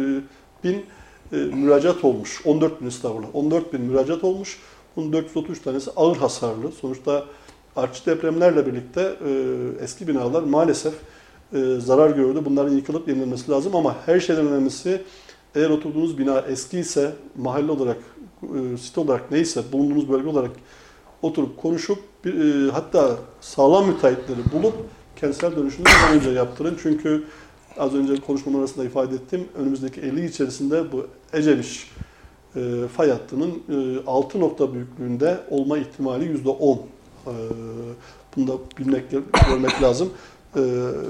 B: bin e, müracaat olmuş. on dört bin estağfurullah. on dört bin müracaat olmuş. Bunun dört yüz otuz üç tanesi ağır hasarlı. Sonuçta artçı depremlerle birlikte e, eski binalar maalesef e, zarar gördü. Bunların yıkılıp yenilenmesi lazım ama her şeyden önemlisi eğer oturduğunuz bina eski ise mahalle olarak, e, site olarak neyse bulunduğunuz bölge olarak oturup konuşup e, hatta sağlam müteahhitleri bulup kentsel dönüşümü bir önce yaptırın. Çünkü az önce konuşmam arasında ifade ettim. Önümüzdeki elli yıl içerisinde bu Ecevişt e, fay hattının e, altı nokta büyüklüğünde olma ihtimali yüzde on. E, bunu da bilmek, görmek lazım. E,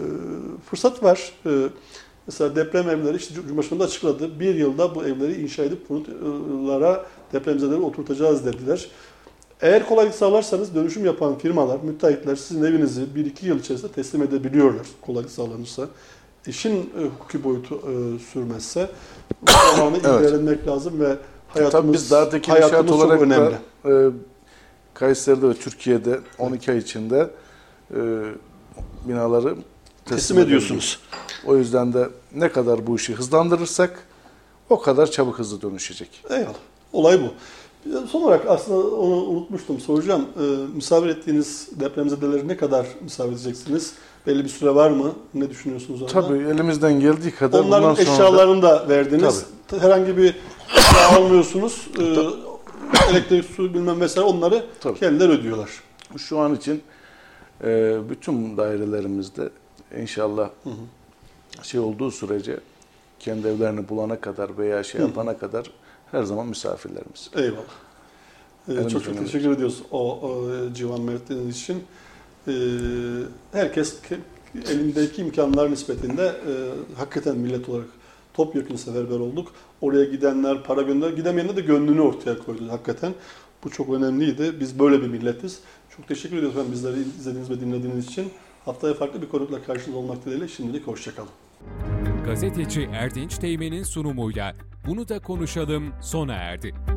B: fırsat var. E, mesela deprem evleri, işte Cumhurbaşkanı da açıkladı. Bir yılda bu evleri inşa edip konutlara depremzedeleri oturtacağız dediler. Eğer kolaylık sağlarsanız dönüşüm yapan firmalar, müteahhitler sizin evinizi bir iki yıl içerisinde teslim edebiliyorlar. Kolaylık sağlanırsa. İşin e, hukuki boyutu e, sürmezse bu zamanı evet. ilerlemek lazım ve hayatımız,
C: Tabii biz daha tekin
B: hayatımız çok
C: olarak
B: önemli.
C: Da, e, Kayseri'de ve Türkiye'de on iki ay içinde e, binaları teslim,
B: teslim ediyorsunuz.
C: O yüzden de ne kadar bu işi hızlandırırsak o kadar çabuk hızlı dönüşecek.
B: Eyvallah. Olay bu. Son olarak aslında onu unutmuştum, soracağım. Ee, misafir ettiğiniz depremzedeleri ne kadar misafir edeceksiniz? Belli bir süre var mı? Ne düşünüyorsunuz orada?
C: Tabii elimizden geldiği kadar.
B: Onların eşyalarını da, da verdiniz. Tabii. Herhangi bir eşya almıyorsunuz. Ee, elektrik, su bilmem vesaire onları Tabii. kendileri ödüyorlar.
C: Şu an için e, bütün dairelerimizde inşallah hı hı. şey olduğu sürece kendi evlerini bulana kadar veya şey yapana hı. kadar her zaman misafirlerimiz.
B: Eyvallah. Ee, çok çok teşekkür ediyoruz o, o civan mertliğiniz için. Ee, herkes elindeki imkanlar nispetinde e, hakikaten millet olarak topyekun seferber olduk. Oraya gidenler para gönder, gidemeyenler de gönlünü ortaya koydu hakikaten. Bu çok önemliydi. Biz böyle bir milletiz. Çok teşekkür ediyoruz efendim bizleri izlediğiniz ve dinlediğiniz için. Haftaya farklı bir konukla karşınızda olmak dileğiyle şimdilik hoşçakalın.
A: Gazeteci Erdinç Teğmen'in sunumuyla Bunu da Konuşalım sona erdi.